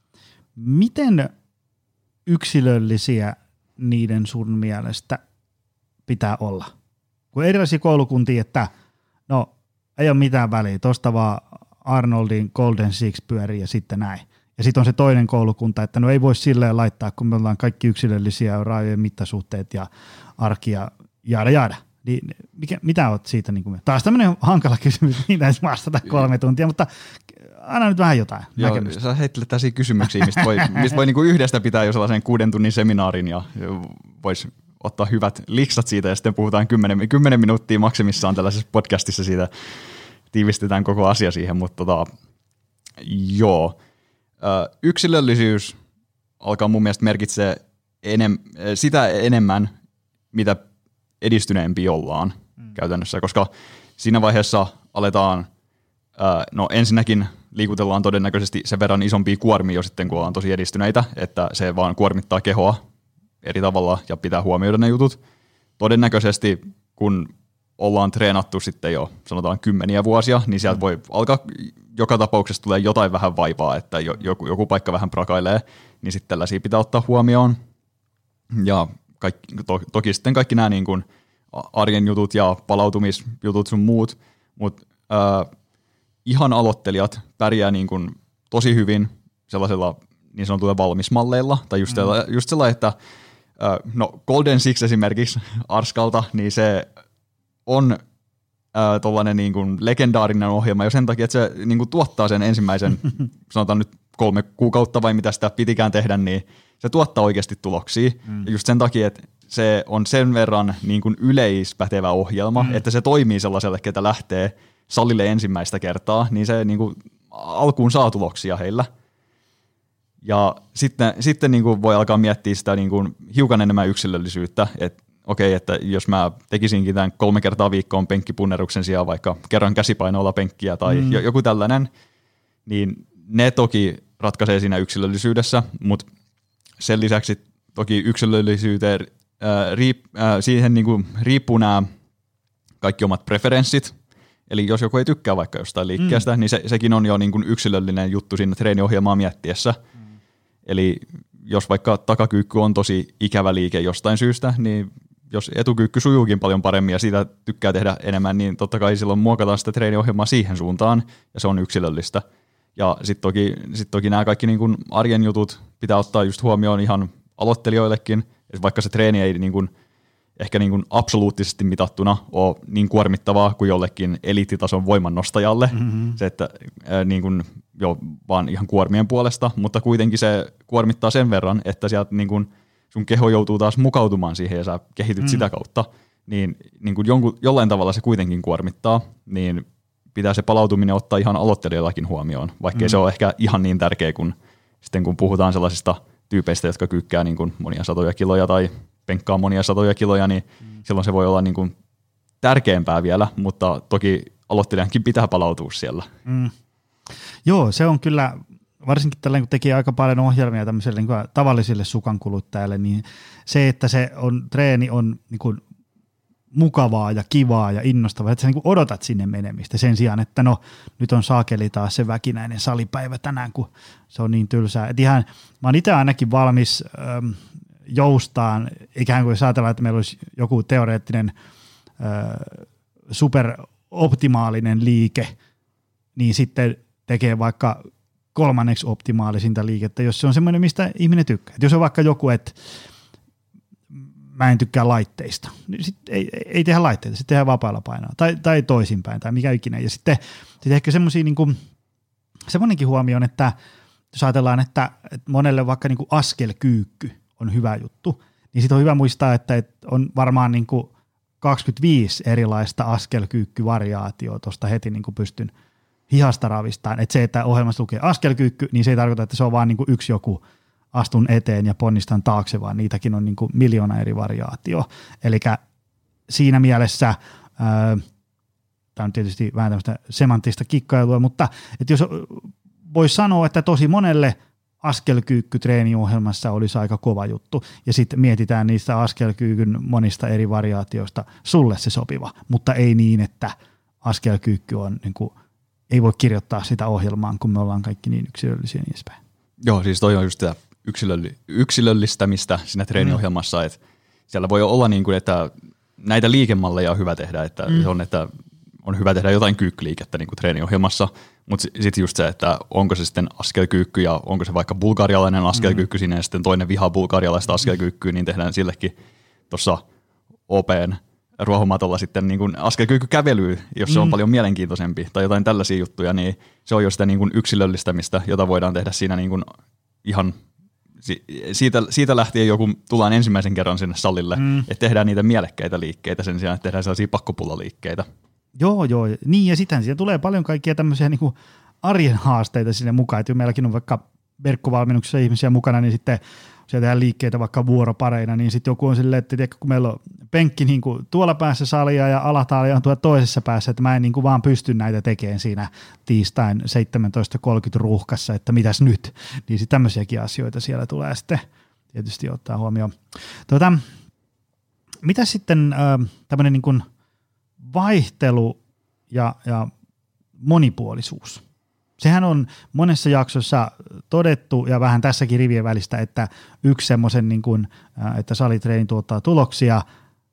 miten yksilöllisiä niiden sun mielestä pitää olla? Kun erilaisia koulukuntia, että no ei ole mitään väliä, tuosta vaan Arnoldin Golden Six pyörii ja sitten näin. Ja sitten on se toinen koulukunta, että no ei voi silleen laittaa, kun me ollaan kaikki yksilöllisiä, raajojen mittasuhteet ja arkia, jaada jaada. Niin, mikä, mitä oot siitä? Niin kuin, taas tämmöinen hankala kysymys, niin näin vastata kolme tuntia, mutta anna nyt vähän jotain Joo, näkemystä. Sä heittelet tällaisia kysymyksiä, mistä voi, mistä voi niin kuin yhdestä pitää jo sellaisen kuuden tunnin seminaarin ja voisi ottaa hyvät liksat siitä ja sitten puhutaan kymmenen, kymmenen minuuttia maksimissaan tällaisessa podcastissa siitä, tiivistetään koko asia siihen, mutta tota, joo. Ö, yksilöllisyys alkaa mun mielestä merkitsee enem, sitä enemmän, mitä edistyneempiä ollaan mm. käytännössä, koska siinä vaiheessa aletaan, ö, no ensinnäkin liikutellaan todennäköisesti sen verran isompia kuormia jo sitten, kun ollaan tosi edistyneitä, että se vaan kuormittaa kehoa eri tavalla ja pitää huomioida ne jutut. Todennäköisesti, kun ollaan treenattu sitten jo sanotaan kymmeniä vuosia, niin sieltä voi alkaa joka tapauksessa tulee jotain vähän vaivaa, että joku, joku paikka vähän prakailee, niin sitten tällaisia pitää ottaa huomioon. Ja kaikki, to, toki sitten kaikki nämä niin kuin arjen jutut ja palautumisjutut sun muut, mutta äh, ihan aloittelijat pärjää niin kuin tosi hyvin sellaisella niin sanotuilla valmismalleilla, tai just, mm. just sellainen, että äh, no Golden Six esimerkiksi Arskalta, niin se on äh, tollainen niin kuin legendaarinen ohjelma jo sen takia, että se niin kuin tuottaa sen ensimmäisen, sanotaan nyt kolme kuukautta vai mitä sitä pitikään tehdä, niin se tuottaa oikeasti tuloksia. Mm. Ja just sen takia, että se on sen verran niin kuin yleispätevä ohjelma, mm. että se toimii sellaiselle, ketä lähtee salille ensimmäistä kertaa, niin se niin kuin alkuun saa tuloksia heillä. Ja sitten, sitten niin kuin voi alkaa miettiä sitä niin kuin hiukan enemmän yksilöllisyyttä, että okei, että jos mä tekisinkin tämän kolme kertaa viikkoon penkkipunneruksen sijaan vaikka kerran käsipainoilla penkkiä tai mm. joku tällainen, niin ne toki ratkaisee siinä yksilöllisyydessä, mutta sen lisäksi toki yksilöllisyyteen ää, riip, ää, siihen niin kuin riippuu nämä kaikki omat preferenssit. Eli jos joku ei tykkää vaikka jostain liikkeestä, mm. niin se, sekin on jo niin kuin yksilöllinen juttu siinä treeniohjelmaa miettiessä. Mm. Eli jos vaikka takakyykky on tosi ikävä liike jostain syystä, niin jos etukyykky sujuukin paljon paremmin ja siitä tykkää tehdä enemmän, niin totta kai silloin muokataan sitä treeniohjelmaa siihen suuntaan, ja se on yksilöllistä. Ja sitten toki, sit toki nämä kaikki niin kuin arjen jutut pitää ottaa just huomioon ihan aloittelijoillekin, että vaikka se treeni ei niin kuin ehkä niin kuin absoluuttisesti mitattuna ole niin kuormittavaa kuin jollekin eliittitason voimannostajalle, mm-hmm. se, että ää, niin kuin jo vaan ihan kuormien puolesta, mutta kuitenkin se kuormittaa sen verran, että sieltä niin kuin sun keho joutuu taas mukautumaan siihen ja sä kehityt mm. sitä kautta, niin, niin kuin jonkun, jollain tavalla se kuitenkin kuormittaa, niin pitää se palautuminen ottaa ihan aloittelijoillakin huomioon, vaikkei mm. se ole ehkä ihan niin tärkeä kuin sitten kun puhutaan sellaisista tyypeistä, jotka kyykkää niin kuin monia satoja kiloja tai penkkaa monia satoja kiloja, niin mm. silloin se voi olla niin kuin tärkeämpää vielä, mutta toki aloittelijankin pitää palautua siellä. Mm. Joo, se on kyllä, varsinkin tällä kun tekee aika paljon ohjelmia tämmöiselle niin kuin tavallisille sukankuluttajille, niin se, että se on, treeni on niin kuin mukavaa ja kivaa ja innostavaa, että sä niin kuin odotat sinne menemistä sen sijaan, että no nyt on saakeli taas se väkinäinen salipäivä tänään, kun se on niin tylsää. Et ihan, mä oon itse ainakin valmis ähm, joustaan, ikään kuin jos ajatellaan, että meillä olisi joku teoreettinen äh, superoptimaalinen liike, niin sitten tekee vaikka kolmanneksi optimaalisinta liikettä, jos se on semmoinen, mistä ihminen tykkää. Et jos on vaikka joku, että mä en tykkää laitteista, niin sitten ei, ei tehdä laitteita, sitten tehdään vapaalla painoa, tai, tai toisinpäin, tai mikä ikinä. Ja sitten, sitten ehkä semmoisia, niin kuin, semmoinenkin huomio on, että jos ajatellaan, että, että monelle vaikka niin kuin askelkyykky on hyvä juttu, niin sitten on hyvä muistaa, että, että on varmaan niin kuin kaksikymmentäviisi erilaista askelkyykkyvariaatioa tuosta heti niin kuin pystyn hihasta ravistaan. Että se, että ohjelmassa lukee askelkyykky, niin se ei tarkoita, että se on vaan niin kuin yksi joku astun eteen ja ponnistan taakse, vaan niitäkin on niin kuin miljoona eri variaatioa. Eli siinä mielessä, ää, tämä on tietysti vähän tämmöistä semanttista kikkailua, mutta että jos voisi sanoa, että tosi monelle askelkyykky treeniohjelmassa olisi aika kova juttu, ja sitten mietitään niistä askelkyykyn monista eri variaatioista sulle se sopiva, mutta ei niin, että askelkyykky on, niin kuin, ei voi kirjoittaa sitä ohjelmaan, kun me ollaan kaikki niin yksilöllisiä niin edespäin. Joo, siis toi on just sitä yksilölli- yksilöllistämistä siinä treeniohjelmassa, mm. että siellä voi olla niin kuin, että näitä liikemalleja on hyvä tehdä, että mm. on, että on hyvä tehdä jotain kyykkyliikettä niin kuin treeniohjelmassa, mutta sitten just se, että onko se sitten askelkyykky ja onko se vaikka bulgarialainen askelkyykky mm. siinä ja sitten toinen vihaa bulgarialaista askelkyykkyä, niin tehdään sillekin tuossa O P:n ruohomatolla sitten niin kuin askelkyykkykävelyä, jos se on mm. paljon mielenkiintoisempi tai jotain tällaisia juttuja, niin se on jo sitä niin kuin yksilöllistämistä, jota voidaan tehdä siinä niin kuin ihan siitä, siitä lähtien joku tullaan ensimmäisen kerran sinne salille, mm. että tehdään niitä mielekkäitä liikkeitä sen sijaan, että tehdään sellaisia pakkopullaliikkeitä. Joo, joo. Niin ja sitten siellä tulee paljon kaikkia tämmöisiä niin kuin arjen haasteita sinne mukaan, että meilläkin on vaikka verkkovalmennuksessa ihmisiä mukana, niin sitten siellä tehdään liikkeitä vaikka vuoropareina, niin sitten joku on silleen, että tiedätkö, kun meillä on penkki niin kuin tuolla päässä salia ja alataali on tuolla toisessa päässä, että mä en niin kuin vaan pysty näitä tekemään siinä tiistain seitsemäntoista kolmekymmentä ruuhkassa, että mitäs nyt, niin sitten tämmöisiäkin asioita siellä tulee sitten tietysti ottaa huomioon. Tuota, mitä sitten äh, tämmöinen niin kuin vaihtelu ja, ja monipuolisuus? Sehän on monessa jaksossa todettu ja vähän tässäkin rivien välistä, että yksi semmoisen, niin kuin, että salitreeni tuottaa tuloksia,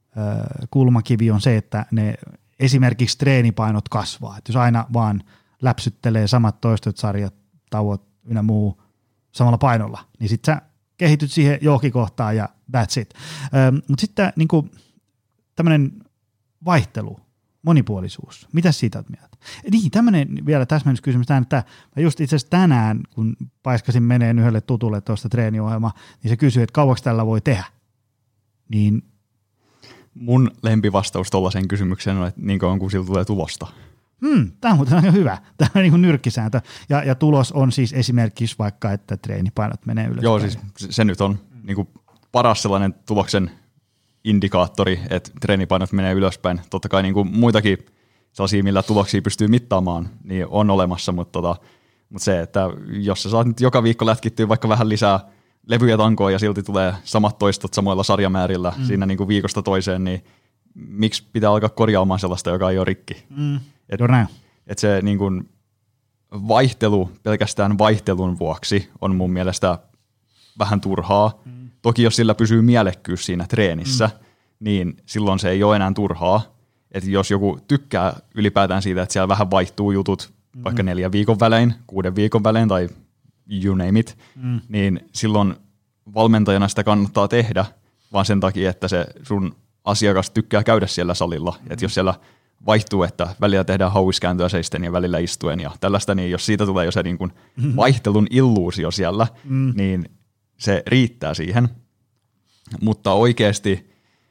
kulmakivi on se, että ne esimerkiksi treenipainot kasvaa. Että jos aina vaan läpsyttelee samat toistot, sarjat, tauot ynnä muu samalla painolla, niin sitten sä kehityt siihen johonkin kohtaan ja that's it. Mutta sitten niin kuin tämmöinen vaihtelu, monipuolisuus. Mitä siitä olet mieltä? Niin, tämmöinen vielä täsmennyskysymys tähän, että mä just itse asiassa tänään, kun paiskasin meneen yhdelle tutulle tuosta treeniohjelmaa, niin se kysyi, että kauaksi tällä voi tehdä. Niin mun lempivastaus tuollaiseen kysymykseen on, että niin kauan kuin sillä tulee tulosta. Hmm, tämä on muuten aika hyvä. Tämä on niin kuin nyrkkisääntö. Ja, ja tulos on siis esimerkiksi vaikka, että treenipainot menee ylöspäin. Joo, siis se nyt on niin kuin paras sellainen tuloksen indikaattori, että treenipainot menee ylöspäin. Totta kai niin kuin muitakin sellaisia, millä tuloksia pystyy mittaamaan, niin on olemassa, mutta, tota, mutta se, että jos sä saat nyt joka viikko lätkittyä vaikka vähän lisää levyjä tankoon ja silti tulee samat toistot samoilla sarjamäärillä mm. siinä niin kuin viikosta toiseen, niin miksi pitää alkaa korjaamaan sellaista, joka ei ole rikki? Mm. Että et se niin kuin vaihtelu pelkästään vaihtelun vuoksi on mun mielestä vähän turhaa. Mm. Toki jos sillä pysyy mielekkyys siinä treenissä, mm. niin silloin se ei ole enää turhaa. Että jos joku tykkää ylipäätään siitä, että siellä vähän vaihtuu jutut mm. vaikka neljän viikon välein, kuuden viikon välein tai you name it, mm. niin silloin valmentajana sitä kannattaa tehdä, vaan sen takia, että se sun asiakas tykkää käydä siellä salilla. Mm. Että jos siellä vaihtuu, että välillä tehdään hauiskääntöä seisten ja välillä istuen ja tällaista, niin jos siitä tulee jo se niin kuin vaihtelun illuusio siellä, mm. niin se riittää siihen. Mutta oikeasti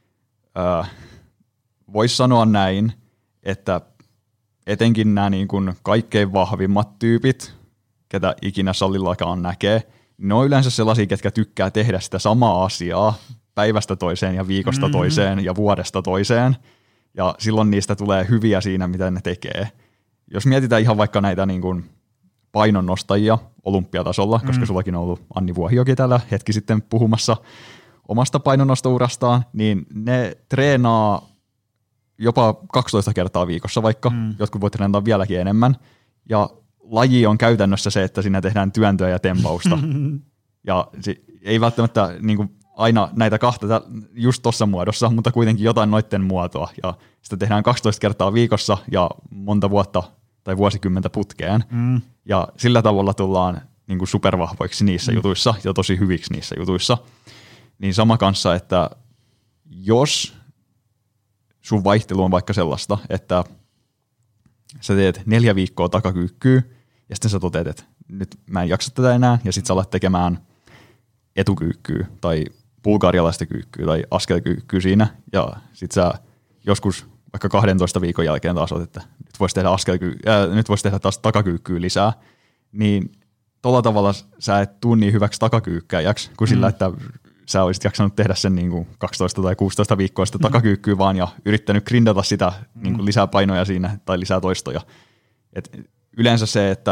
äh, voisi sanoa näin, että etenkin nämä niin kuin kaikkein vahvimmat tyypit, ketä ikinä salillakaan näkee, ne on yleensä sellaisia, ketkä tykkää tehdä sitä samaa asiaa päivästä toiseen ja viikosta mm-hmm. toiseen ja vuodesta toiseen. Ja silloin niistä tulee hyviä siinä, mitä ne tekee. Jos mietitään ihan vaikka näitä niin kuin painonnostajia olympiatasolla, mm. koska sullakin on ollut Anni Vuohiokin täällä hetki sitten puhumassa omasta painonnostourastaan, niin ne treenaa jopa kaksitoista kertaa viikossa vaikka, mm. jotkut voi treenata vieläkin enemmän. Ja laji on käytännössä se, että siinä tehdään työntöä ja tempausta. Ja se ei välttämättä niin kuin aina näitä kahta just tuossa muodossa, mutta kuitenkin jotain noitten muotoa. Ja sitä tehdään kaksitoista kertaa viikossa ja monta vuotta tai vuosikymmentä putkeen. Mm. Ja sillä tavalla tullaan niin kuin supervahvoiksi niissä mm. jutuissa ja tosi hyviksi niissä jutuissa. Niin sama kanssa, että jos sun vaihtelu on vaikka sellaista, että sä teet neljä viikkoa takakyykkyä ja sitten sä toteat, että nyt mä en jaksa tätä enää ja sit sä alat tekemään etukyykkyä tai bulgarialaista kyykkyä tai askelkyykkyä siinä ja sit sä joskus vaikka kahdentoista viikon jälkeen taas oot, että nyt voisi tehdä, askelky- äh, nyt vois tehdä taas takakyykkyä lisää, niin tolla tavalla sä et tuu niin hyväksi takakyykkäjäksi kuin mm. sillä, että sä olisit jaksanut tehdä sen niin kuin kaksitoista tai kuusitoista viikkoa sitä mm. takakyykkyä vaan ja yrittänyt grindata sitä mm. niin kuin lisää painoja siinä tai lisää toistoja. Et yleensä se, että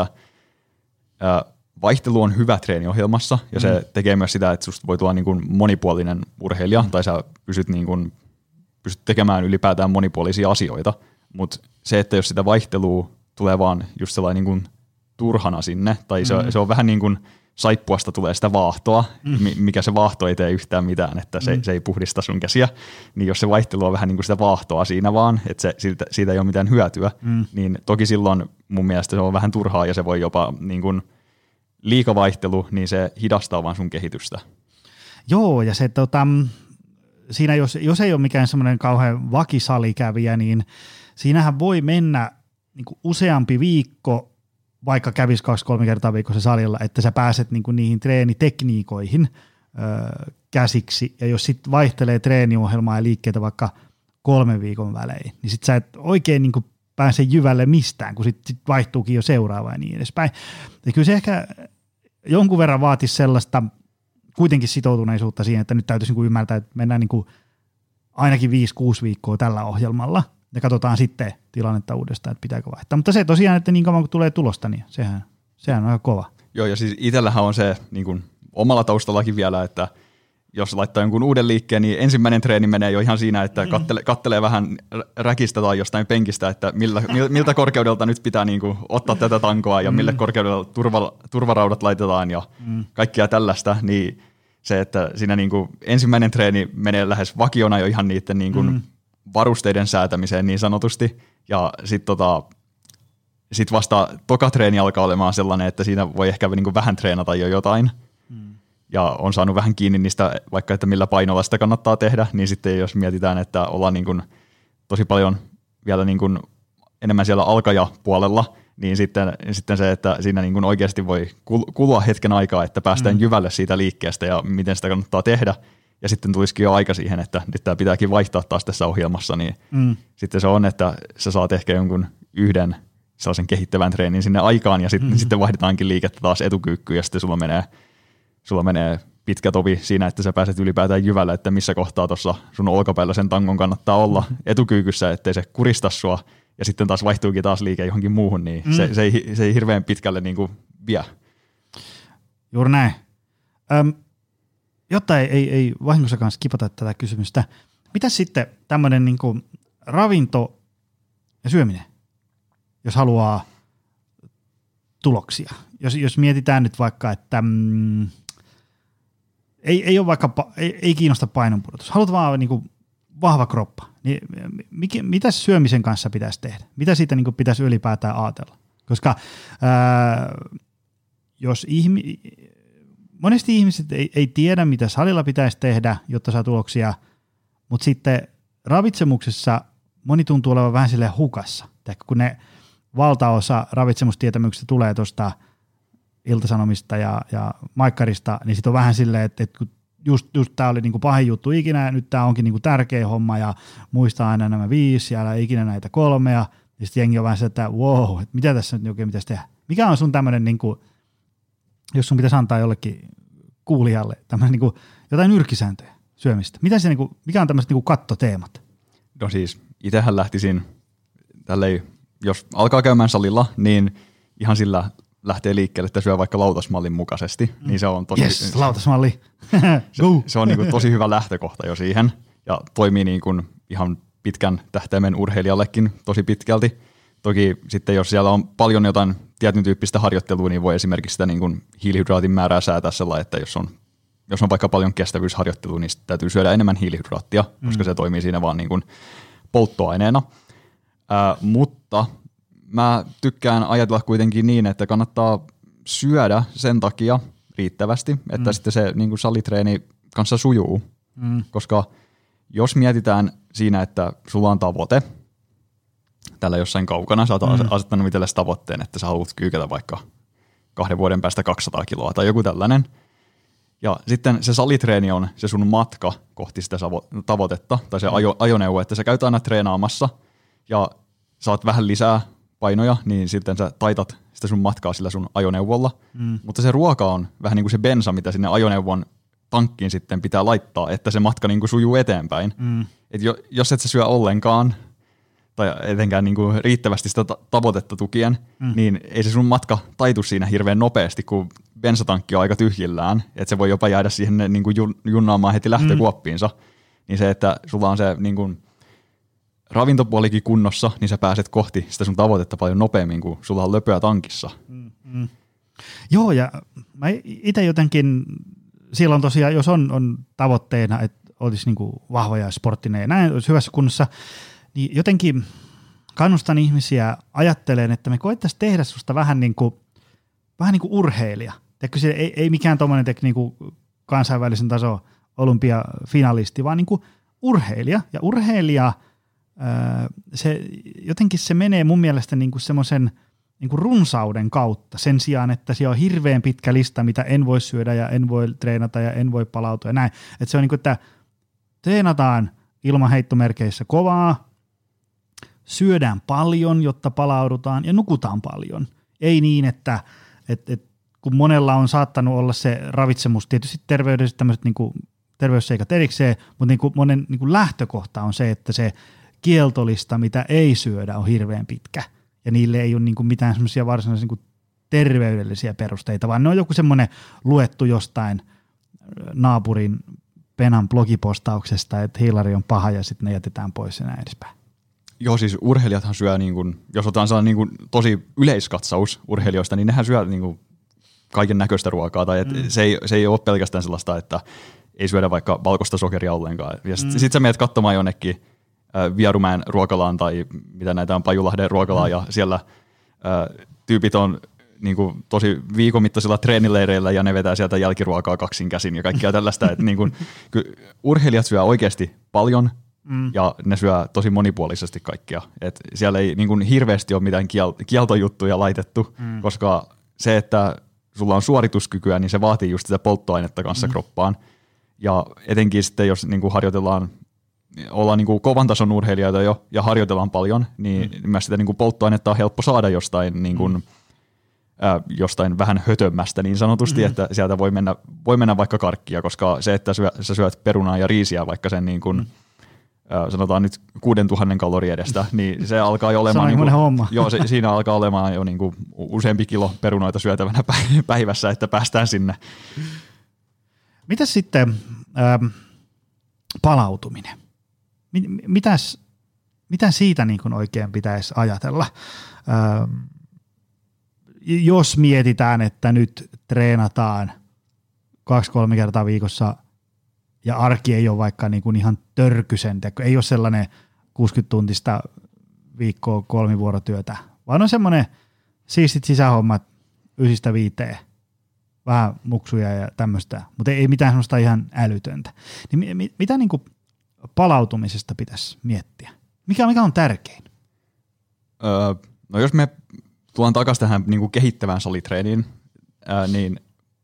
äh, vaihtelu on hyvä treeniohjelmassa ja mm. se tekee myös sitä, että susta voi tulla niin kuin monipuolinen urheilija mm. tai sä pysyt, niin kuin, pystyt tekemään ylipäätään monipuolisia asioita, mutta se, että jos sitä vaihtelua tulee vaan just sellainen niin kuin turhana sinne tai mm. se, se on vähän niin kuin saippuasta tulee sitä vaahtoa, mm. mikä se vaahto ei tee yhtään mitään, että se, mm. se ei puhdista sun käsiä, niin jos se vaihtelu on vähän niin kuin sitä vaahtoa siinä vaan, että se, siitä, siitä ei ole mitään hyötyä, mm. niin toki silloin mun mielestä se on vähän turhaa ja se voi jopa niin kuin liikavaihtelu, niin se hidastaa vaan sun kehitystä. Joo, ja se tota, siinä jos, jos ei ole mikään semmoinen kauhean vakisalikävijä, niin siinähän voi mennä niin kuin useampi viikko, vaikka kävisi kaksi-kolme kertaa viikossa salilla, että sä pääset niin kuin niihin treenitekniikoihin ö, käsiksi, ja jos sitten vaihtelee treeniohjelmaa ja liikkeitä vaikka kolmen viikon välein, niin sit sä et oikein niin kuin pääse jyvälle mistään, kun sitten sit vaihtuukin jo seuraava ja niin edespäin. Ja kyllä se ehkä jonkun verran vaatisi sellaista kuitenkin sitoutuneisuutta siihen, että nyt täytyisi niin kuin ymmärtää, että mennään niin kuin ainakin viisi kuusi viikkoa tällä ohjelmalla, ja katsotaan sitten tilannetta uudestaan, että pitääkö vaihtaa. Mutta se tosiaan, että niin kauan kun tulee tulosta, niin sehän, sehän on aika kova. Joo, ja siis itsellähän on se niin kuin omalla taustallakin vielä, että jos laittaa jonkun uuden liikkeen, niin ensimmäinen treeni menee jo ihan siinä, että kattelee, kattelee vähän räkistä tai jostain penkistä, että millä, miltä korkeudelta nyt pitää niin kuin ottaa tätä tankoa ja mille korkeudella turva, turvaraudat laitetaan ja kaikkia tällaista, niin se, että siinä niin kuin ensimmäinen treeni menee lähes vakiona jo ihan niiden niin kuin varusteiden säätämiseen niin sanotusti, ja sitten tota, sit vasta toka treeni alkaa olemaan sellainen, että siinä voi ehkä niin kuin vähän treenata jo jotain, mm. ja on saanut vähän kiinni niistä, vaikka että millä painolla sitä kannattaa tehdä, niin sitten jos mietitään, että ollaan niin kuin tosi paljon vielä niin kuin enemmän siellä alkajapuolella, niin sitten, sitten se, että siinä niin kuin oikeasti voi kulua hetken aikaa, että päästään mm. jyvälle siitä liikkeestä ja miten sitä kannattaa tehdä, ja sitten tulisikin jo aika siihen, että nyt tämä pitääkin vaihtaa taas tässä ohjelmassa, niin mm. sitten se on, että sä saat ehkä jonkun yhden sellaisen kehittävän treenin sinne aikaan, ja sitten, mm. sitten vaihdetaankin liikettä taas etukyykkyyn, ja sitten sulla menee, sulla menee pitkä tovi siinä, että sä pääset ylipäätään jyvällä, että missä kohtaa tuossa sun olkapäällä sen tangon kannattaa olla etukyykyssä, ettei se kurista sua, ja sitten taas vaihtuukin taas liike johonkin muuhun, niin mm. se, se, ei, se ei hirveän pitkälle niin kuin vie. Juuri näin. Öm, jotta ei, ei, ei vahingossakaan skipata tätä kysymystä, mitä sitten tämmöinen niin kuin ravinto ja syöminen, jos haluaa tuloksia? Jos, jos mietitään nyt vaikka, että mm, ei, ei, ole vaikka, ei, ei kiinnosta painonpudotus, haluat vaan niin kuin vahva kroppa, niin mikä, mitä syömisen kanssa pitäisi tehdä? Mitä siitä niin kuin pitäisi ylipäätään ajatella? Koska ää, jos ihmi, monesti ihmiset ei, ei tiedä, mitä salilla pitäisi tehdä, jotta saa tuloksia, mutta sitten ravitsemuksessa moni tuntuu olevan vähän silleen hukassa. Kun ne valtaosa ravitsemustietämyksistä tulee tuosta Ilta-Sanomista ja, ja Maikkarista, niin sitten on vähän silleen, että, että just, just tämä oli niinku pahin juttu ikinä, nyt tämä onkin niinku tärkeä homma ja muistaa aina nämä viisi ja älä ikinä näitä kolmea. Ja sitten jengi on vähän se, että wow, että mitä tässä nyt oikein pitäisi tehdä. Mikä on sun tämmöinen, niinku, jos sun pitäisi antaa jollekin kuulijalle tämmöinen niinku, jotain nyrkkisääntöjä syömistä. Mitä se, niinku, mikä on tämmöiset niinku kattoteemat? No siis itsehän lähtisin tälleen, jos alkaa käymään salilla, niin ihan sillä lähtee liikkeelle, että syö vaikka lautasmallin mukaisesti, mm. niin se on tosi, yes, lautasmalli. se, se on niin kuin tosi hyvä lähtökohta jo siihen ja toimii niin kuin ihan pitkän tähtäimen urheilijallekin tosi pitkälti. Toki sitten jos siellä on paljon jotain tietyn tyyppistä harjoittelua, niin voi esimerkiksi sitä niin kuin hiilihydraatin määrää säätää sellainen, että jos on, jos on vaikka paljon kestävyysharjoittelua, niin täytyy syödä enemmän hiilihydraattia, mm. koska se toimii siinä vaan niin kuin polttoaineena. Äh, mutta mä tykkään ajatella kuitenkin niin, että kannattaa syödä sen takia riittävästi, että mm. sitten se niin kuin salitreeni kanssa sujuu, mm. koska jos mietitään siinä, että sulla on tavoite, tällä jossain kaukana, sä oot mm. asettanut itsellesi tavoitteen, että sä haluat kyykätä vaikka kahden vuoden päästä kaksisataa kiloa tai joku tällainen, ja sitten se salitreeni on se sun matka kohti sitä tavoitetta, tai se ajo, ajoneuvo, että sä käyt aina treenaamassa, ja saat vähän lisää painoja, niin sitten sä taitat sitä sun matkaa sillä sun ajoneuvolla. Mm. Mutta se ruoka on vähän niin kuin se bensa, mitä sinne ajoneuvon tankkiin sitten pitää laittaa, että se matka niin kuin sujuu eteenpäin. Mm. Et jo, jos et sä syö ollenkaan, tai etenkään niin kuin riittävästi sitä tavoitetta tukien, mm. niin ei se sun matka taitu siinä hirveän nopeasti, kun bensatankki on aika tyhjillään, että se voi jopa jäädä siihen niin kuin junnaamaan heti lähtökuoppiinsa. Mm. Niin se, että sulla on se niin kuin ravintopuolikin kunnossa, niin sä pääset kohti sitä sun tavoitetta paljon nopeammin, kun sulla on löpöä tankissa. Mm, mm. Joo, ja mä itse jotenkin, silloin tosiaan, jos on, on tavoitteena, että olisi niinku vahva ja sporttinen ja näin, olisi hyvässä kunnossa, niin jotenkin kannustan ihmisiä ajattelemaan, että me koettaisiin tehdä susta vähän niin kuin, vähän niin kuin urheilija. Teekö se ei, ei mikään tuommoinen niinku kansainvälisen taso olympiafinalisti, vaan niin kuin urheilija, ja urheilija se, jotenkin se menee mun mielestä niinku semmoisen niinku runsauden kautta sen sijaan, että siellä on hirveän pitkä lista, mitä en voi syödä ja en voi treenata ja en voi palautua ja näin. Että se on niinku, että treenataan ilman heittomerkeissä kovaa, syödään paljon, jotta palaudutaan ja nukutaan paljon. Ei niin, että et, et, kun monella on saattanut olla se ravitsemus, tietysti terveydessä tämmöiset niinku terveysseikat erikseen, mutta niinku monen niinku lähtökohta on se, että se kieltolista, mitä ei syödä, on hirveän pitkä. Ja niille ei ole niinku mitään semmoisia varsinaisia niinku terveydellisiä perusteita, vaan ne on joku semmoinen luettu jostain naapurin Penan blogipostauksesta, että hiilari on paha ja sitten ne jätetään pois ja näin edespäin. Joo, siis urheilijathan syö, niin kuin, jos otetaan sellainen niin kuin tosi yleiskatsaus urheilijoista, niin nehän syö niin kuin kaiken näköistä ruokaa. Tai mm. se, ei, se ei ole pelkästään sellaista, että ei syödä vaikka valkoista sokeria ollenkaan. Ja sitten mm. sit sä menet katsomaan jonnekin äh, Vierumäen ruokalaan tai mitä näitä on, Pajulahden ruokalaan, mm. ja siellä äh, tyypit on niin kuin tosi viikon mittaisilla treenileireillä ja ne vetää sieltä jälkiruokaa kaksin käsin ja kaikkea tällaista. Että niin kuin, urheilijat syö oikeasti paljon mm. ja ne syö tosi monipuolisesti kaikkea. Et siellä ei niin kuin hirveästi ole mitään kiel- kieltojuttuja laitettu, mm. koska se, että sulla on suorituskykyä, niin se vaatii just sitä polttoainetta kanssa mm. kroppaan. Ja etenkin sitten, jos niin kuin harjoitellaan, ollaan niin kuin kovan tason urheilijoita jo ja harjoitellaan paljon, niin mm. myös sitä niin kuin polttoainetta on helppo saada jostain, niin kuin, mm. äh, jostain vähän hötömmästä niin sanotusti, mm. että sieltä voi mennä, voi mennä vaikka karkkia, koska se, että syö, sä syöt perunaa ja riisiä vaikka sen niin kuin, mm. äh, sanotaan nyt kuusituhatta kaloria edestä, niin se alkaa jo olemaan, niin kuin, joo, se, siinä alkaa olemaan jo niin kuin useampi kilo perunoita syötävänä päivässä, että päästään sinne. Mitäs sitten ähm, palautuminen? Mitäs, mitä siitä niin kuin oikein pitäisi ajatella? Ähm, jos mietitään, että nyt treenataan kaksi-kolme kertaa viikossa ja arki ei ole vaikka niin kuin ihan törkysen teko, ei ole sellainen kuusikymmentä tuntista viikkoa kolmivuorotyötä, vaan on semmoinen siistit sisähommat ysistä viiteen, vähän muksuja ja tämmöistä, mutta ei mitään semmoista ihan älytöntä. Niin mi- mitä niin kuin palautumisesta pitäisi miettiä? Mikä, mikä on tärkein? Öö, no jos me tullaan takaisin tähän niin kuin kehittävään salitreeniin, ää, niin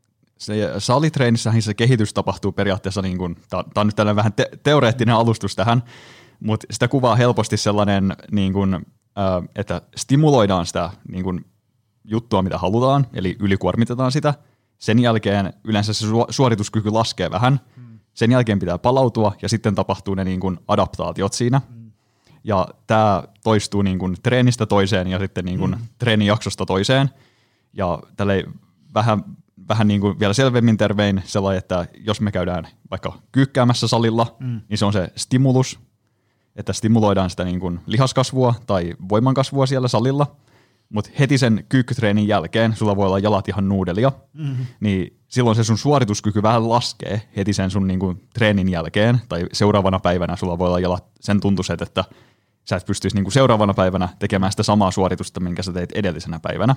se salitreenissä se kehitys tapahtuu periaatteessa, niin kuin, tämä on nyt tällainen vähän te- teoreettinen alustus tähän, mutta sitä kuvaa helposti sellainen, niin kuin, ää, että stimuloidaan sitä niin kuin, juttua, mitä halutaan, eli ylikuormitetaan sitä. Sen jälkeen yleensä se suorituskyky laskee vähän. Sen jälkeen pitää palautua ja sitten tapahtuu ne niin kuin adaptaatiot siinä. Ja tämä toistuu niin kuin treenistä toiseen ja sitten niin kuin mm. treenijaksosta toiseen. Ja tälle vähän, vähän niin kuin vielä selvemmin tervein sellainen, että jos me käydään vaikka kyykkäämässä salilla, mm. niin se on se stimulus, että stimuloidaan sitä niin kuin lihaskasvua tai voimankasvua siellä salilla. Mutta heti sen kyykkytreenin jälkeen sulla voi olla jalat ihan nuudelia, mm-hmm. niin silloin se sun suorituskyky vähän laskee heti sen sun niinku treenin jälkeen, tai seuraavana päivänä sulla voi olla jalat sen tuntuiset, että sä et pystyisi niinku seuraavana päivänä tekemään sitä samaa suoritusta, minkä sä teit edellisenä päivänä.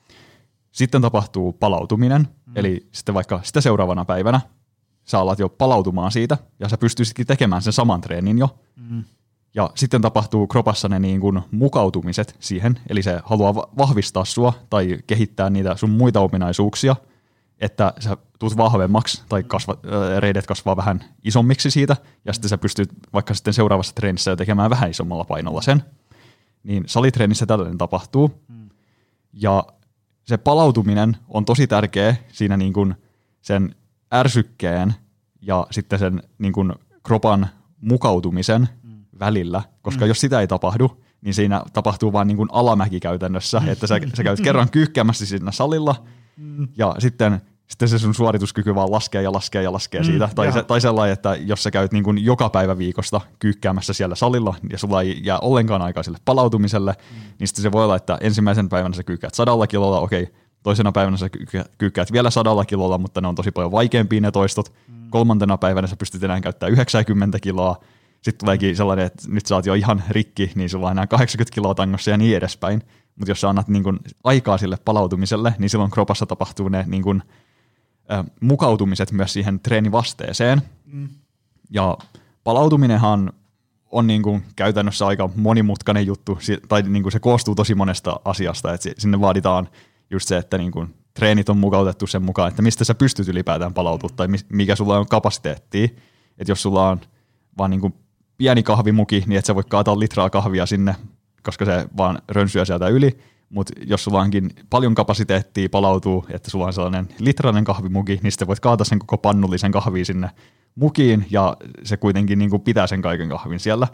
Sitten tapahtuu palautuminen, mm-hmm. eli sitten vaikka sitä seuraavana päivänä sä alat jo palautumaan siitä, ja sä pystyisitkin tekemään sen saman treenin jo. Mm-hmm. Ja sitten tapahtuu kropassa ne niin kuin mukautumiset siihen, eli se haluaa vahvistaa sua tai kehittää niitä sun muita ominaisuuksia, että sä tuut vahvemmaksi tai kasva, reidet kasvaa vähän isommiksi siitä, ja sitten sä pystyt vaikka sitten seuraavassa treenissä jo tekemään vähän isommalla painolla sen. Niin salitreenissä tällainen tapahtuu. Hmm. Ja se palautuminen on tosi tärkeä siinä niin kuin sen ärsykkeen ja sitten sen niin kuin kropan mukautumisen välillä, koska mm. jos sitä ei tapahdu, niin siinä tapahtuu vaan niin kuin alamäki käytännössä, että sä, sä käyt kerran kyykkäämässä siinä salilla, mm. ja sitten, sitten se sun suorituskyky vaan laskee ja laskee ja laskee mm, siitä. Tai, se, tai sellainen, että jos sä käyt niin kuin joka päivä viikosta kyykkäämässä siellä salilla, ja sulla ei jää ollenkaan aikaa sille palautumiselle, mm. niin sitten se voi olla, että ensimmäisen päivänä sä kyykkäät sadalla kilolla, okei, toisena päivänä sä kyykkäät vielä sadalla kilolla, mutta ne on tosi paljon vaikeampia ne toistot. Mm. Kolmantena päivänä sä pystyt enää käyttämään yhdeksänkymmentä kiloa, sitten tuleekin sellainen, että nyt sä oot jo ihan rikki, niin sulla on enää kahdeksankymmentä kiloa tangossa ja niin edespäin. Mutta jos sä annat niin kun aikaa sille palautumiselle, niin silloin kropassa tapahtuu ne niin kun, äh, mukautumiset myös siihen treenivasteeseen. Mm. Ja palautuminenhan on niin kun käytännössä aika monimutkainen juttu, tai niin kun se koostuu tosi monesta asiasta. Et sinne vaaditaan just se, että niin kun treenit on mukautettu sen mukaan, että mistä sä pystyt ylipäätään palautumaan, tai mikä sulla on kapasiteettia. Että jos sulla on vaan niin kun pieni kahvimuki, niin että sä voit kaataa litraa kahvia sinne, koska se vaan rönsyä sieltä yli, mutta jos sulla onkin paljon kapasiteettia palautuu, että sulla on sellainen litrainen kahvimuki, niin sitten voit kaataa sen koko pannullisen kahvia sinne mukiin, ja se kuitenkin niin kuin pitää sen kaiken kahvin siellä.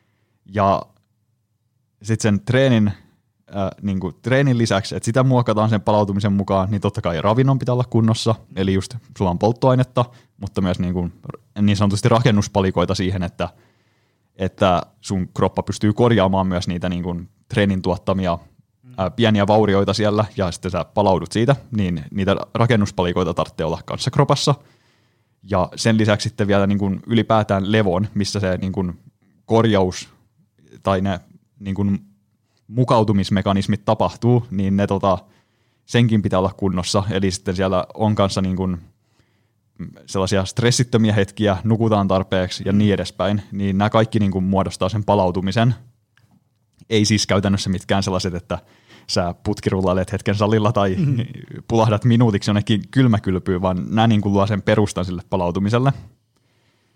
Ja sitten sen treenin, äh, niin kuin treenin lisäksi, että sitä muokataan sen palautumisen mukaan, niin totta kai ravinnon pitää olla kunnossa, eli just sulla on polttoainetta, mutta myös niin, kuin, niin sanotusti rakennuspalikoita siihen, että että sun kroppa pystyy korjaamaan myös niitä niin kuin treenin tuottamia ää, pieniä vaurioita siellä, ja sitten sä palaudut siitä, niin niitä rakennuspalikoita tarvitsee olla kanssa kropassa. Ja sen lisäksi sitten vielä niin kuin ylipäätään levon, missä se niin kuin korjaus tai ne niin kuin mukautumismekanismit tapahtuu, niin ne tota, senkin pitää olla kunnossa. Eli sitten siellä on kanssa niin kuin sellaisia stressittömiä hetkiä, nukutaan tarpeeksi ja niin edespäin, niin nämä kaikki niin kuin muodostaa sen palautumisen. Ei siis käytännössä mitkään sellaiset, että sä putkirulailet hetken salilla tai mm-hmm. pulahdat minuutiksi jonnekin kylmäkylpyyn, vaan nämä niin kuin luo sen perustan sille palautumiselle.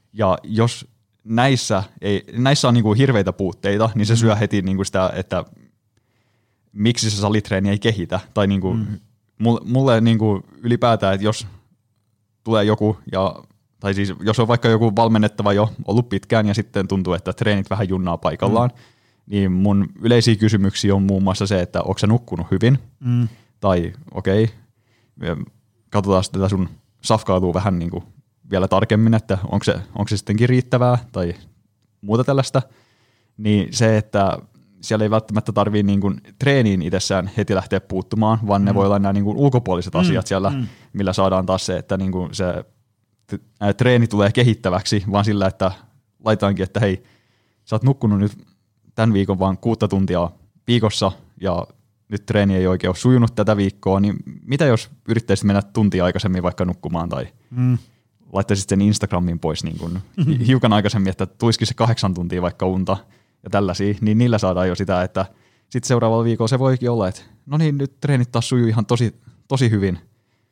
Ja jos näissä, ei, näissä on niinku hirveitä puutteita, niin se syö heti niinku sitä, että miksi se salitreeni ei kehitä. Tai niinku, mm. mulle niinku ylipäätään, että jos tulee joku, ja, tai siis jos on vaikka joku valmennettava jo ollut pitkään ja sitten tuntuu, että treenit vähän junnaa paikallaan, mm. niin mun yleisiä kysymyksiä on muun muassa se, että onko sä nukkunut hyvin? Mm. Tai okei, okay, katsotaan tätä sun safkailua vähän niinku vielä tarkemmin, että onko se, onko se sittenkin riittävää tai muuta tällaista. Niin se, että siellä ei välttämättä tarvitse niin kuin treeniin itsessään heti lähteä puuttumaan, vaan mm. ne voi olla nämä niin kuin ulkopuoliset mm. asiat siellä, mm. millä saadaan taas se, että niin kuin se treeni tulee kehittäväksi, vaan sillä, että laitetaankin, että hei, sä oot nukkunut nyt tämän viikon vaan kuutta tuntia viikossa ja nyt treeni ei oikein ole sujunut tätä viikkoa, niin mitä jos yrittäisit mennä tuntia aikaisemmin vaikka nukkumaan tai mm. laittaisit sen Instagramin pois niin kuin mm-hmm. hiukan aikaisemmin, että tuisikin se kahdeksan tuntia vaikka unta ja tällaisia, niin niillä saadaan jo sitä, että sitten seuraavalla viikolla se voikin olla, että no niin, nyt treenit taas sujuu ihan tosi, tosi hyvin.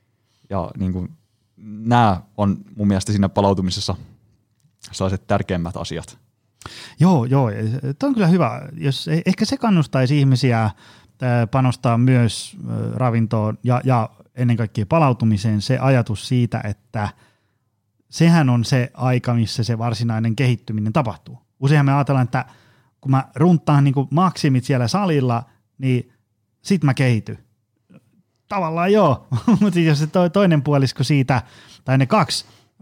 Ja niin kuin, nämä on mun mielestä siinä palautumisessa sellaiset tärkeimmät asiat. Joo, joo, tämä on kyllä hyvä. Jos, ehkä se kannustaisi ihmisiä panostaa myös ravintoon ja, ja ennen kaikkea palautumiseen se ajatus siitä, että sehän on se aika, missä se varsinainen kehittyminen tapahtuu. Useinhan me ajatellaan, että kun mä runtaan niin kuin maksimit siellä salilla, niin sit mä kehityn. Tavallaan joo, mutta jos se toinen puolisko siitä, tai ne kaksi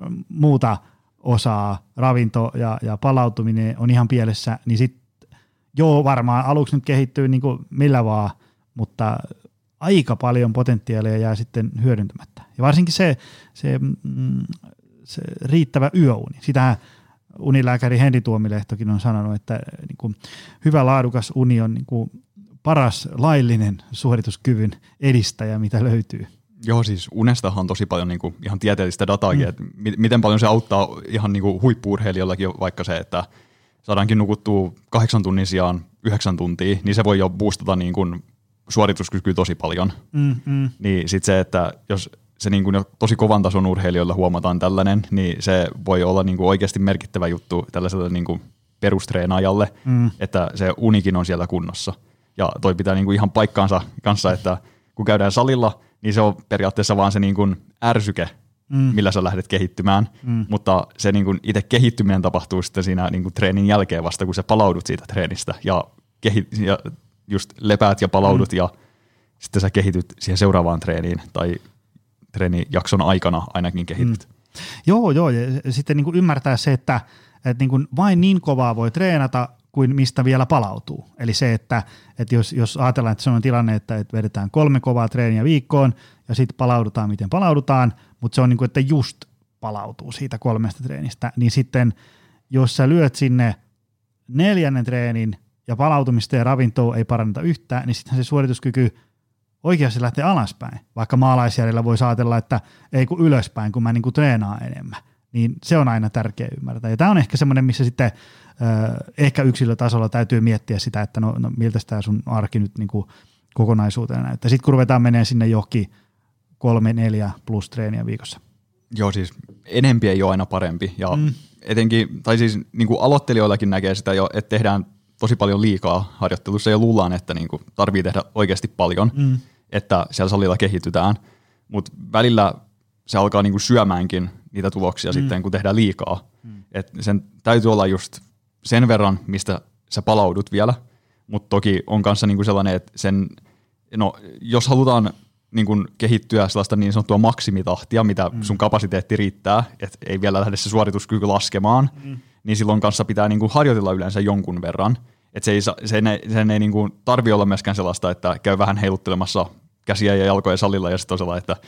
muuta osaa, ravinto ja, ja palautuminen on ihan pielessä, niin sit joo, varmaan aluksi nyt kehittyy niin kuin millä vaan, mutta aika paljon potentiaalia jää sitten hyödyntämättä. Ja varsinkin se, se, mm, se riittävä yöuni. Sitähän unilääkäri Henri Tuomilehtokin on sanonut, että niin kuin hyvä laadukas uni on niin kuin paras laillinen suorituskyvyn edistäjä, mitä löytyy. Joo, siis unestahan on tosi paljon niin kuin ihan tieteellistä dataakin, mm. että miten paljon se auttaa ihan niin kuin huippu-urheilijollakin, vaikka se, että saadaankin nukuttua kahdeksan tunnin sijaan yhdeksän tuntia, niin se voi jo boostata niin kuin suorituskykyä tosi paljon. Mm, mm. Niin sitten se, että jos se niin kuin jo tosi kovan tason urheilijoilla huomataan tällainen, niin se voi olla niin kuin oikeasti merkittävä juttu tällaiselle niin kuin perustreenaajalle, mm. että se unikin on siellä kunnossa. Ja toi pitää niin kuin ihan paikkaansa kanssa, että kun käydään salilla, niin se on periaatteessa vaan se niin kuin ärsyke, mm. millä sä lähdet kehittymään, mm. mutta se niin kuin itse kehittyminen tapahtuu sitten siinä niin kuin treenin jälkeen vasta, kun sä palaudut siitä treenistä ja, kehi- ja just lepäät ja palaudut mm. ja sitten sä kehityt siihen seuraavaan treeniin tai treenijakson aikana ainakin kehityt. Mm. Joo, joo, ja sitten niin kuin ymmärtää se, että, että niin kuin vain niin kovaa voi treenata, kuin mistä vielä palautuu. Eli se, että, että jos, jos ajatellaan, että se on tilanne, että, että vedetään kolme kovaa treeniä viikkoon ja sitten palaudutaan, miten palaudutaan, mutta se on niin kuin, että just palautuu siitä kolmesta treenistä, niin sitten jos sä lyöt sinne neljännen treenin ja palautumista ja ravintoa ei paranneta yhtään, niin sitten se suorituskyky oikeasti lähtee alaspäin. Vaikka maalaisjärjellä voi ajatella, että ei kun ylöspäin, kun mä niin kuin treenaan enemmän. Niin se on aina tärkeä ymmärtää. Ja tämä on ehkä semmoinen, missä sitten äh, ehkä yksilötasolla täytyy miettiä sitä, että no, no miltä tämä sun arki nyt niin kuin kokonaisuutena näyttää. Sitten kun ruvetaan menemään sinne johonkin kolme, neljä plus treeniä viikossa. Joo, siis enempi ei ole aina parempi. Ja mm. etenkin, tai siis niin kuin aloittelijoillakin näkee sitä jo, että tehdään tosi paljon liikaa harjoittelussa ja luullaan, että niin kuin tarvii tehdä oikeasti paljon, mm. että siellä salilla kehitytään. Mutta välillä se alkaa niin kuin syömäänkin niitä tuloksia mm. sitten, kun tehdään liikaa. Mm. Et sen täytyy olla just sen verran, mistä sä palaudut vielä, mutta toki on kanssa niinku sellainen, että sen, no, jos halutaan niinku kehittyä sellaista niin sanottua maksimitahtia, mitä mm. sun kapasiteetti riittää, että ei vielä lähde se suorituskyky laskemaan, mm. niin silloin kanssa pitää niinku harjoitella yleensä jonkun verran. Että se ei, sen ei, sen ei niinku tarvi olla myöskään sellaista, että käy vähän heiluttelemassa käsiä ja jalkoja salilla ja sitten on sellainen, että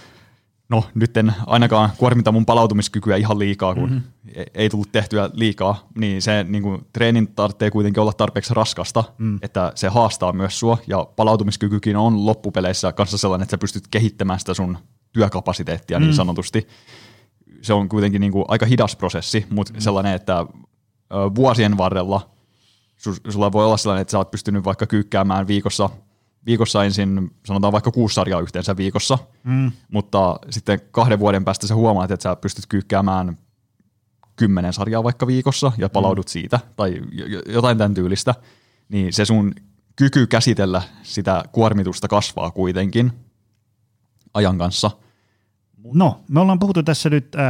no nyt en ainakaan kuormita mun palautumiskykyä ihan liikaa, kun mm-hmm. ei tullut tehtyä liikaa, niin se niin kuin, treenin tarvitsee kuitenkin olla tarpeeksi raskasta, mm. että se haastaa myös sua, ja palautumiskykykin on loppupeleissä kanssa sellainen, että sä pystyt kehittämään sitä sun työkapasiteettia mm. niin sanotusti. Se on kuitenkin niin kuin, aika hidas prosessi, mutta mm. sellainen, että ö, vuosien varrella sulla voi olla sellainen, että sä oot pystynyt vaikka kyykkäämään viikossa Viikossa ensin, sanotaan vaikka kuusi sarjaa yhteensä viikossa, mm. mutta sitten kahden vuoden päästä sä huomaat, että sä pystyt kyykkäämään kymmenen sarjaa vaikka viikossa ja palaudut mm. siitä, tai jotain tämän tyylistä, niin se sun kyky käsitellä sitä kuormitusta kasvaa kuitenkin ajan kanssa. No, me ollaan puhuttu tässä nyt ää,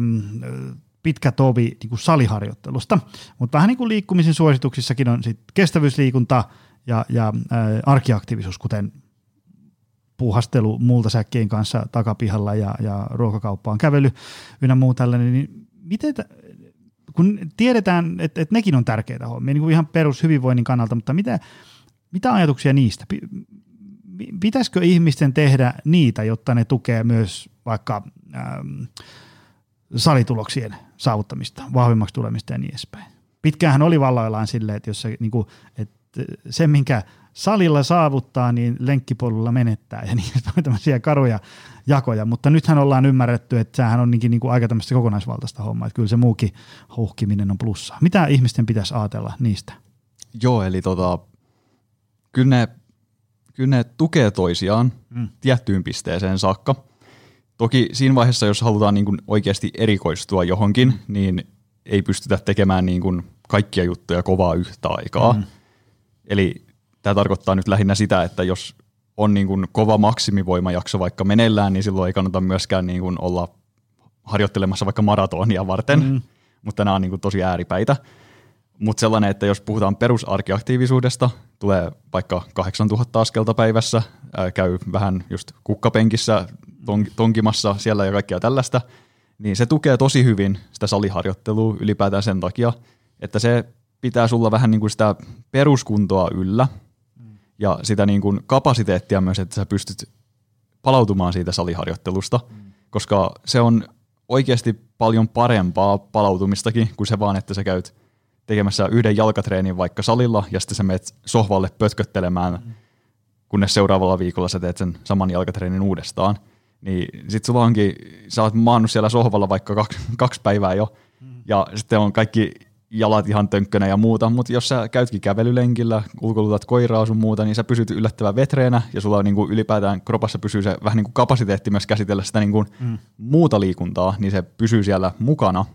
pitkä tovi niin kuin saliharjoittelusta, mutta vähän niin kuin liikkumisen suosituksissakin on sit kestävyysliikunta ja, ja ää, arkiaktiivisuus, kuten puuhastelu multasäkkien kanssa takapihalla ja, ja ruokakauppaan kävely ynnä muu tällainen, niin miten, kun tiedetään, että, että nekin on tärkeitä hommia, niin kuin ihan perushyvinvoinnin kannalta, mutta mitä, mitä ajatuksia niistä? Pitäisikö ihmisten tehdä niitä, jotta ne tukee myös vaikka ähm, salituloksien saavuttamista, vahvemmaksi tulemista ja niin edespäin? Pitkäänhän oli valloillaan silleen, että, jos se, niin kuin, että se, minkä salilla saavuttaa, niin lenkkipolulla menettää ja niin tämmöisiä karuja jakoja, mutta nythän ollaan ymmärretty, että sehän on niin kuin aika tämmöistä kokonaisvaltaista hommaa, että kyllä se muukin huuhkiminen on plussaa. Mitä ihmisten pitäisi ajatella niistä? Joo, eli tota, kyllä ne Kyllä ne tukee toisiaan mm. tiettyyn pisteeseen saakka. Toki siinä vaiheessa, jos halutaan niin kuin oikeasti erikoistua johonkin, mm. niin ei pystytä tekemään niin kuin kaikkia juttuja kovaa yhtä aikaa. Mm. Eli tämä tarkoittaa nyt lähinnä sitä, että jos on niin kuin kova maksimivoimajakso vaikka meneillään, niin silloin ei kannata myöskään niin kuin olla harjoittelemassa vaikka maratonia varten, mm. mutta nämä on niin kuin tosi ääripäitä. Mutta sellainen, että jos puhutaan perusarkiaktiivisuudesta, tulee vaikka kahdeksantuhatta askelta päivässä, ää, käy vähän just kukkapenkissä ton, tonkimassa siellä ja kaikkea tällaista, niin se tukee tosi hyvin sitä saliharjoittelua ylipäätään sen takia, että se pitää sulla vähän niin kuin sitä peruskuntoa yllä ja sitä niin kuin kapasiteettia myös, että sä pystyt palautumaan siitä saliharjoittelusta, koska se on oikeasti paljon parempaa palautumistakin kuin se vaan, että sä käyt tekemässä yhden jalkatreenin vaikka salilla ja sitten sä menet sohvalle pötköttelemään, mm. kunnes seuraavalla viikolla sä teet sen saman jalkatreenin uudestaan. Niin sit sulla onkin, sä oot maannut siellä sohvalla vaikka kaksi, kaksi päivää jo mm. ja sitten on kaikki jalat ihan tönkkönä ja muuta, mutta jos sä käytkin kävelylenkillä, ulkoilutat koiraa sun muuta, niin sä pysyt yllättävän vetreenä ja sulla on niinku ylipäätään kropassa pysyy se vähän niin kuin kapasiteetti myös käsitellä sitä niinku mm. muuta liikuntaa, niin se pysyy siellä mukana.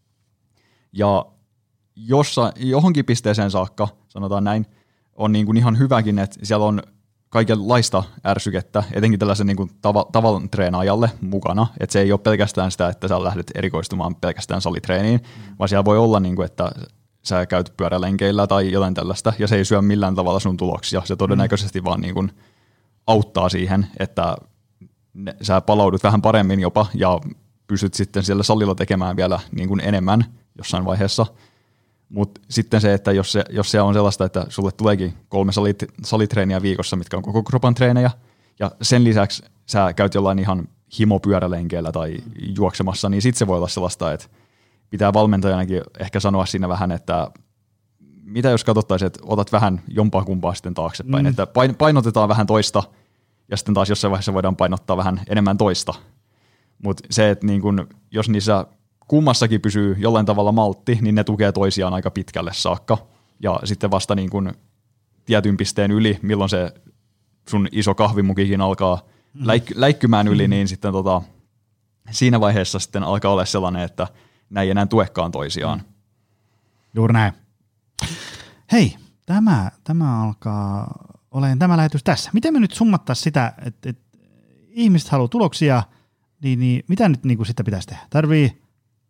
Ja jossa johonkin pisteeseen saakka, sanotaan näin, on niin kuin ihan hyväkin, että siellä on kaikenlaista ärsykettä, etenkin tällaisen niin kuin tava, tavan treenaajalle mukana, että se ei ole pelkästään sitä, että sä lähdet erikoistumaan pelkästään salitreeniin, mm. vaan siellä voi olla, niin kuin, että sä käyt pyörälenkeillä tai jotain tällaista, ja se ei syö millään tavalla sun tuloksia, se todennäköisesti mm. vaan niin kuin auttaa siihen, että ne, sä palaudut vähän paremmin jopa, ja pystyt sitten siellä salilla tekemään vielä niin kuin enemmän jossain vaiheessa. Mutta sitten se, että jos se, jos se on sellaista, että sulle tuleekin kolme salit, salitreeniä viikossa, mitkä on koko kropan treenejä, ja sen lisäksi sä käyt jollain ihan himopyörälenkeillä tai juoksemassa, niin sitten se voi olla sellaista, että pitää valmentajanakin ehkä sanoa siinä vähän, että mitä jos katsottaisiin, että otat vähän jompaa kumpaa sitten taaksepäin, mm. että painotetaan vähän toista, ja sitten taas jossain vaiheessa voidaan painottaa vähän enemmän toista. Mutta se, että niin kun, jos niissä kummassakin pysyy jollain tavalla maltti, niin ne tukee toisiaan aika pitkälle saakka. Ja sitten vasta niin kun tietyn pisteen yli, milloin se sun iso kahvimukikin alkaa mm. läik- läikkymään yli, mm. niin sitten tota, siinä vaiheessa sitten alkaa olla sellainen, että näin ei enää tuekaan toisiaan. Juuri näin. Hei, tämä, tämä alkaa olemaan tämä lähetys tässä. Miten me nyt summattaisiin sitä, että, että ihmiset haluaa tuloksia, niin, niin mitä nyt niin kuin sitä pitäisi tehdä? Tarvii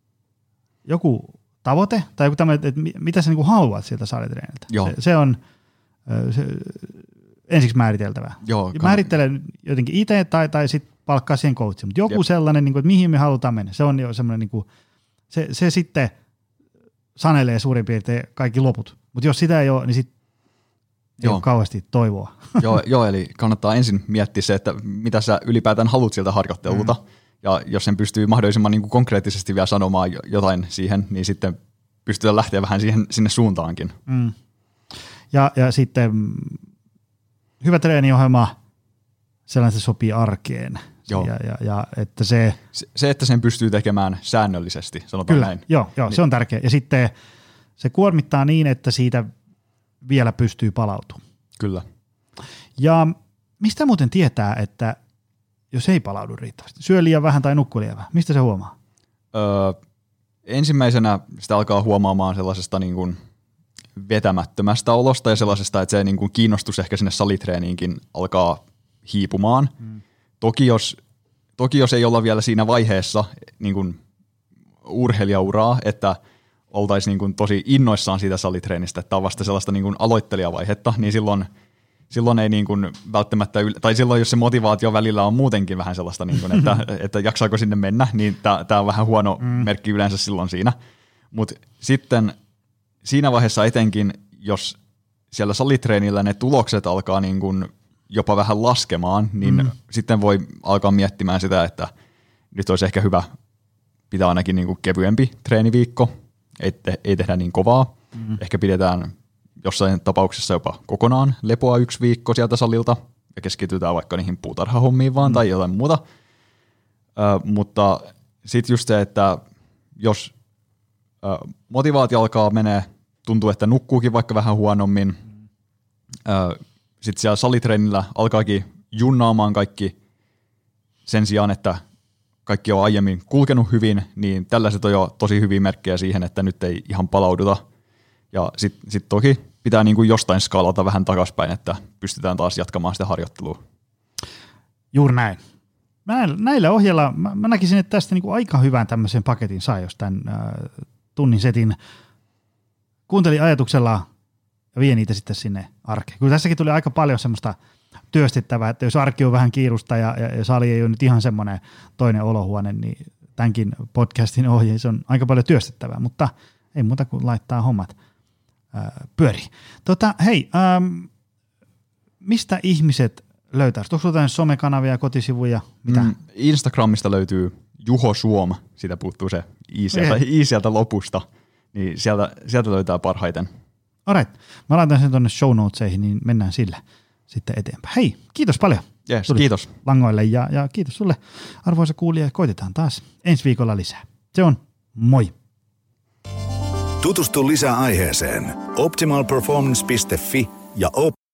joku tavoite tai joku tämmöinen, että mitä sä niin kuin haluat sieltä salitreeniltä. Se, se on se, ensiksi määriteltävää. Joo, määrittele jotenkin itse tai, tai sitten palkkaa siihen coachin, mutta joku Jep. sellainen, niin kuin, että mihin me halutaan mennä, se on jo semmoinen, niin kuin, se, se sitten sanelee suurin piirtein kaikki loput. Mutta jos sitä ei ole, niin sitten ei ole kauheasti toivoa. Joo, joo, eli kannattaa ensin miettiä se, että mitä sä ylipäätään haluat sieltä harjoittelulta. Mm. Ja jos sen pystyy mahdollisimman niin kuin konkreettisesti vielä sanomaan jotain siihen, niin sitten pystytään lähteä vähän siihen, sinne suuntaankin. Mm. Ja, ja sitten hyvä treeniohjelma, sellainen se sopii arkeen. Joo. Ja, ja, ja että se, se, se, että sen pystyy tekemään säännöllisesti, sanotaan kyllä, näin. Joo, joo niin. Se on tärkeä. Ja sitten se kuormittaa niin, että siitä vielä pystyy palautumaan. Kyllä. Ja mistä muuten tietää, että jos ei palaudu riittävästi, syö liian vähän tai nukkuu liian vähän, mistä se huomaa? Öö, ensimmäisenä sitä alkaa huomaamaan sellaisesta niin kuin vetämättömästä olosta ja sellaisesta, että se niin kuin kiinnostus ehkä sinne salitreeniinkin alkaa hiipumaan. Mm. Toki, jos, toki jos ei olla vielä siinä vaiheessa niin kuin urheilijauraa, että oltaisiin niin kuin tosi innoissaan siitä salitreenistä, että on vasta sellaista niin kuin aloittelijavaihetta, niin silloin, silloin ei niin kuin välttämättä, tai silloin jos se motivaatio välillä on muutenkin vähän sellaista, niin kuin, että, että jaksaako sinne mennä, niin tämä on vähän huono mm. merkki yleensä silloin siinä. Mutta sitten siinä vaiheessa etenkin, jos siellä salitreenillä ne tulokset alkaa niin kuin jopa vähän laskemaan, niin mm. sitten voi alkaa miettimään sitä, että nyt olisi ehkä hyvä pitää ainakin niin kuin kevyempi treeniviikko, ei, te, ei tehdä niin kovaa. Mm. Ehkä pidetään jossain tapauksessa jopa kokonaan lepoa yksi viikko sieltä salilta ja keskitytään vaikka niihin puutarhahommiin vaan mm. tai jotain muuta. Ö, mutta sitten just se, että jos ö, motivaatio alkaa menee, tuntuu, että nukkuukin vaikka vähän huonommin, mm. sitten siellä salitreenillä alkaakin junnaamaan kaikki sen sijaan, että kaikki on aiemmin kulkenut hyvin, niin tällaiset on jo tosi hyviä merkkejä siihen, että nyt ei ihan palauduta. Ja sitten sit toki pitää niin kuin jostain skaalata vähän takaspäin, että pystytään taas jatkamaan sitä harjoittelua. Juuri näin. Mä näillä ohjeilla, mä, mä näkisin, että tästä niin kuin aika hyvän tämmöisen paketin sai, jos tämän äh, tunnin setin kuuntelin ajatuksella ja vie niitä sitten sinne arkeen. Kyllä tässäkin tuli aika paljon semmoista työstettävää, että jos arki on vähän kiirusta ja, ja, ja sali ei ole nyt ihan semmoinen toinen olohuone, niin tämänkin podcastin ohjeissa on aika paljon työstettävää, mutta ei muuta kuin laittaa hommat ää, pyöriin. Tota, hei, ähm, mistä ihmiset löytää? Onko jotain somekanavia, kotisivuja? Mitä? Mm, Instagramista löytyy Juho Suom, siitä puuttuu se i sieltä, i sieltä lopusta, niin sieltä, sieltä löytää parhaiten. Alright, mä laitan sen tuonne show notesihin, niin mennään sillä sitten eteenpäin. Hei, kiitos paljon. Yes, kiitos. Langoille ja, ja kiitos sulle, arvoisa kuulija. Koitetaan taas ensi viikolla lisää. Se on moi. Tutustu lisää aiheeseen optimal performance piste fi ja op